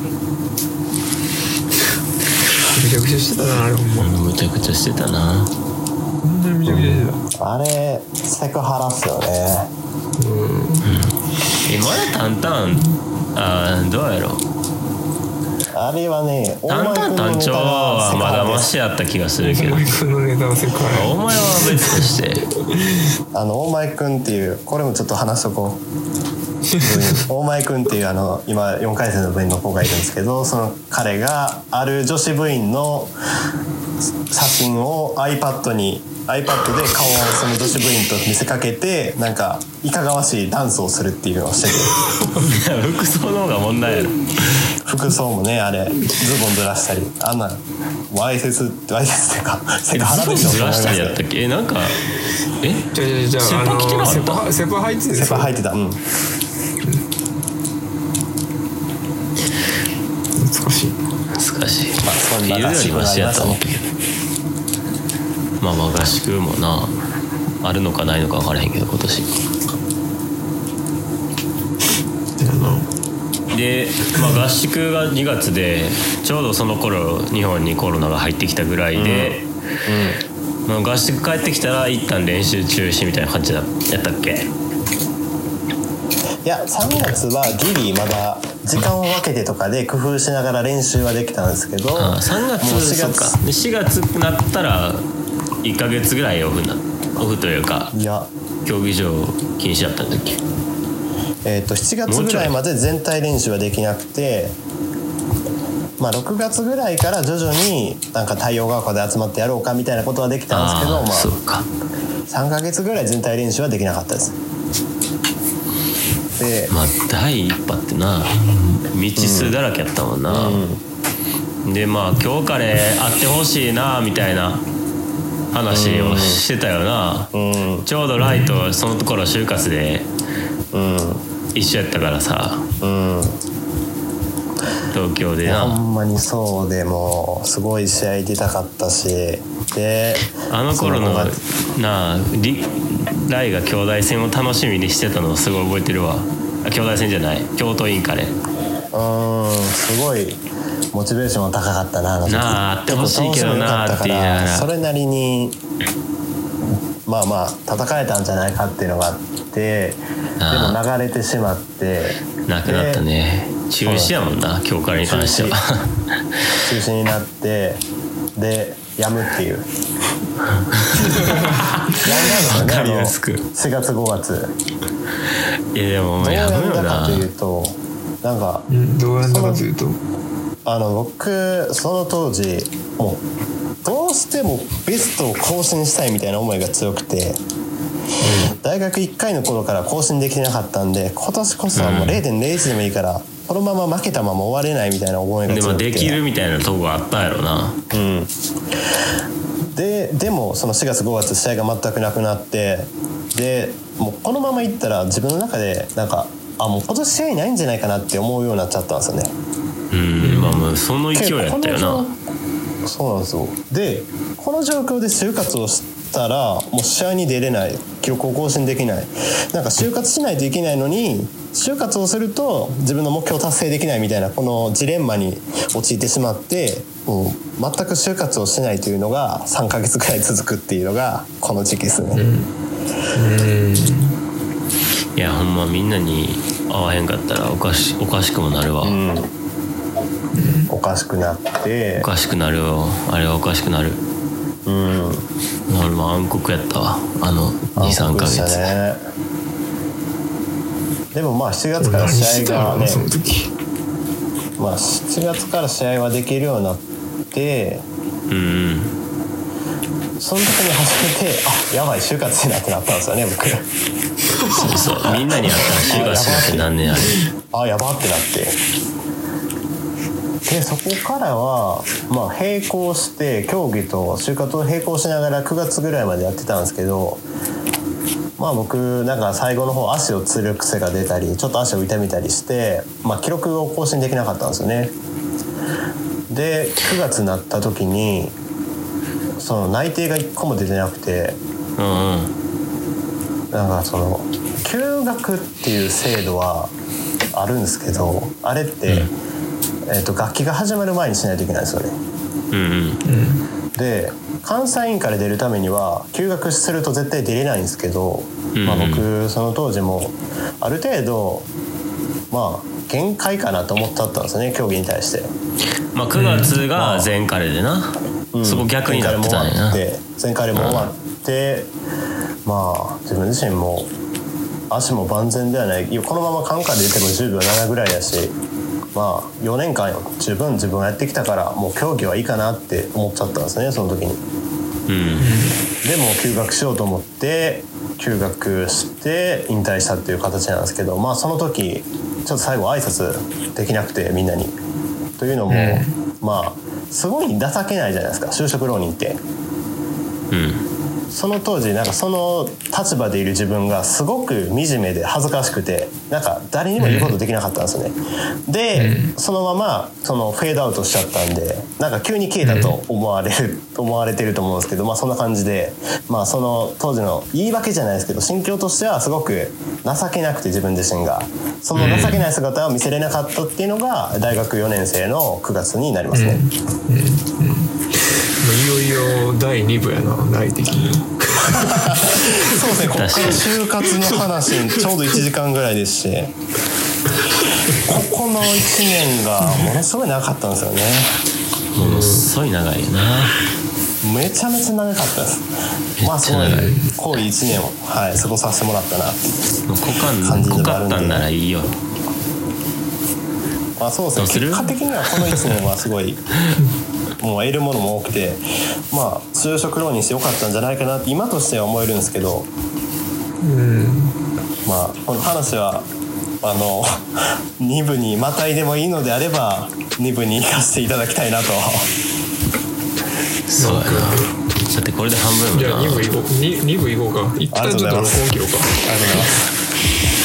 [SPEAKER 2] めちゃくちゃしてたなあれほんま。
[SPEAKER 1] むちゃくちゃしてたな。
[SPEAKER 2] ほんまにめちゃくちゃしてた。
[SPEAKER 3] あれセクハラっすよね。
[SPEAKER 1] まだタンタンどうやろ。
[SPEAKER 3] あれはね、
[SPEAKER 1] タンタン単調はまだマシやった気がするけど。
[SPEAKER 2] 大前くんのネタはセクハラ。
[SPEAKER 1] お前は別として。
[SPEAKER 3] 大前くんっていう、これもちょっと話しとこう。大前くんっていう今4回生の部員の子がいるんですけど、その彼がある女子部員の写真を iPad で顔をその女子部員と見せかけて、なんかいかがわしいダンスをするっていうのをしてて。
[SPEAKER 1] いや服装の方が問題やろ。
[SPEAKER 3] 服装もね、あれズボンずらしたり、あんなわいせつっていうかセクハラでしょ。
[SPEAKER 1] ズボンずらしたりやったっけ。なんか
[SPEAKER 2] じゃあ
[SPEAKER 1] セパ着てなかった？
[SPEAKER 2] セパ履いてた。
[SPEAKER 3] セパ履いてた。懐
[SPEAKER 2] かしい。
[SPEAKER 3] まあそんな
[SPEAKER 1] 昼よりマシやと思うけど。まあ合宿もな。 あるのかないのか分からへんけど今年で、合宿が2月でちょうどその頃日本にコロナが入ってきたぐらいで、合宿帰ってきたら一旦練習中止みたいな感じやったっけ？
[SPEAKER 3] いや3月はギリまだ時間を分けてとかで工夫しながら練習はできたんですけど、
[SPEAKER 1] 3月
[SPEAKER 3] もう4月
[SPEAKER 1] そうかで4月になったら1ヶ月ぐらいオフというか
[SPEAKER 3] いや
[SPEAKER 1] 競技場禁止だったんだっけ
[SPEAKER 3] 7月ぐらいまで全体練習はできなくて、6月ぐらいから徐々になんか太陽学校で集まってやろうかみたいなことはできたんですけど、
[SPEAKER 1] そうか
[SPEAKER 3] 3ヶ月ぐらい全体練習はできなかったです。で
[SPEAKER 1] 第一波ってな未知数だらけやったもんな、で今日彼会ってほしいなみたいな話をしてたよな、ちょうどライトそのところ就活で一緒やったからさ、東京でな
[SPEAKER 3] ほんまにそうでもうすごい試合出たかったし、で
[SPEAKER 1] あの頃のなあライが兄弟戦を楽しみにしてたのをすごい覚えてるわ。兄弟戦じゃない京都インカレ
[SPEAKER 3] すごいモチベーションは高かったなあの時。
[SPEAKER 1] なああってほしいけどなあって言いながら
[SPEAKER 3] それなりに戦えたんじゃないかっていうのがあって、でも流れてしまって
[SPEAKER 1] なくなったね。中止やもんな今日からに関しては
[SPEAKER 3] 中止になってでやむっていうやんだんですよね。
[SPEAKER 1] わかりやすく
[SPEAKER 3] 4月5月
[SPEAKER 1] いやでも
[SPEAKER 3] どうや
[SPEAKER 1] やむよ
[SPEAKER 3] んだか
[SPEAKER 1] な。
[SPEAKER 3] というとなんか
[SPEAKER 2] どうやんだかというと
[SPEAKER 3] 僕その当時もうどうしてもベストを更新したいみたいな思いが強くて、大学1回の頃から更新できてなかったんで今年こそはもう 0.01 でもいいからこのまま負けたまま終われないみたいな思いが強くて、
[SPEAKER 1] でもできるみたいなとこがあったんやろな。
[SPEAKER 3] でもその4月5月試合が全くなくなって、でもうこのままいったら自分の中でなんかもう今年試合ないんじゃないかなって思うようになっちゃったんですよね。
[SPEAKER 1] もうその勢いやったよな。
[SPEAKER 3] そうなんですよ。でこの状況で就活をしたらもう試合に出れない、記録を更新できない、なんか就活しないといけないのに就活をすると自分の目標達成できないみたいなこのジレンマに陥ってしまって、もう全く就活をしないというのが3ヶ月くらい続くっていうのがこの時期ですね。
[SPEAKER 1] いやほんまみんなに会わへんかったらおかしくもなるわ、
[SPEAKER 3] おかしくなって
[SPEAKER 1] おかしくなるよ。あれはおかしくなる。俺も暗黒やったわ2,3ヶ月、
[SPEAKER 3] ね、でも7月から試合がね
[SPEAKER 2] その時
[SPEAKER 3] 7月から試合はできるようになって、その時に初めてやばい就活になってなったんですよね僕。
[SPEAKER 1] そうみんなに会ったら就活しなって何年あれ
[SPEAKER 3] やばってなって、でそこからは並行して競技と就活を並行しながら9月ぐらいまでやってたんですけど、僕なんか最後の方足をつる癖が出たりちょっと足を痛めたりして、記録を更新できなかったんですよね。で9月になった時にその内定が1個も出てなくて、なんかその休学っていう制度はあるんですけど、あれって、学期が始まる前にしないといけないんですよね。で監査委員から出るためには休学すると絶対出れないんですけど、僕その当時もある程度限界かなと思っちゃったんですよね、競技に対して。
[SPEAKER 1] 9月が全カレでな、そこ逆になってたんやな。
[SPEAKER 3] 全カレも終わって、自分自身も足も万全ではない、このままカンカで出ても10秒7ぐらいだし、4年間十分自分がやってきたからもう競技はいいかなって思っちゃったんですね、その時に。でも休学しようと思って休学して引退したっていう形なんですけど、その時ちょっと最後挨拶できなくてみんなに。というのも、すごい情けないじゃないですか就職浪人って。 その当時なんかその立場でいる自分がすごく惨めで恥ずかしくて、なんか誰にも言うことできなかったんですよね。で、そのままそのフェードアウトしちゃったんで、なんか急に消えたと思われてると思うんですけど、まあそんな感じで、まあその当時の言い訳じゃないですけど心境としてはすごく情けなくて、自分自身がその情けない姿を見せれなかったっていうのが大学4年生の9月になりますね。
[SPEAKER 2] いよいよ第2部やな、内的に。
[SPEAKER 3] そうですね、ここから就活の話にちょうど1時間ぐらいですし、ここの1年がものすごい長かったんですよね。
[SPEAKER 1] ものすごい長いな。
[SPEAKER 3] めちゃめちゃ長かったです。まあすごい濃い1年を、はい、過ごさせてもらったなって感じで
[SPEAKER 1] 濃かったんならいいよ。
[SPEAKER 3] まあそうですね、結果的にはこの1年はすごいもう得るものも多くて、まあ就職浪人してよかったんじゃないかなって今としては思えるんですけど、まあこの話は2部にまたいでもいいのであれば2部に行かせていただきたいなと。
[SPEAKER 1] そうやな。だってこれで半分やもんな。
[SPEAKER 2] じゃあ2部行こうか。一旦ちょっと録音切ろうか。
[SPEAKER 3] ありがとうございます。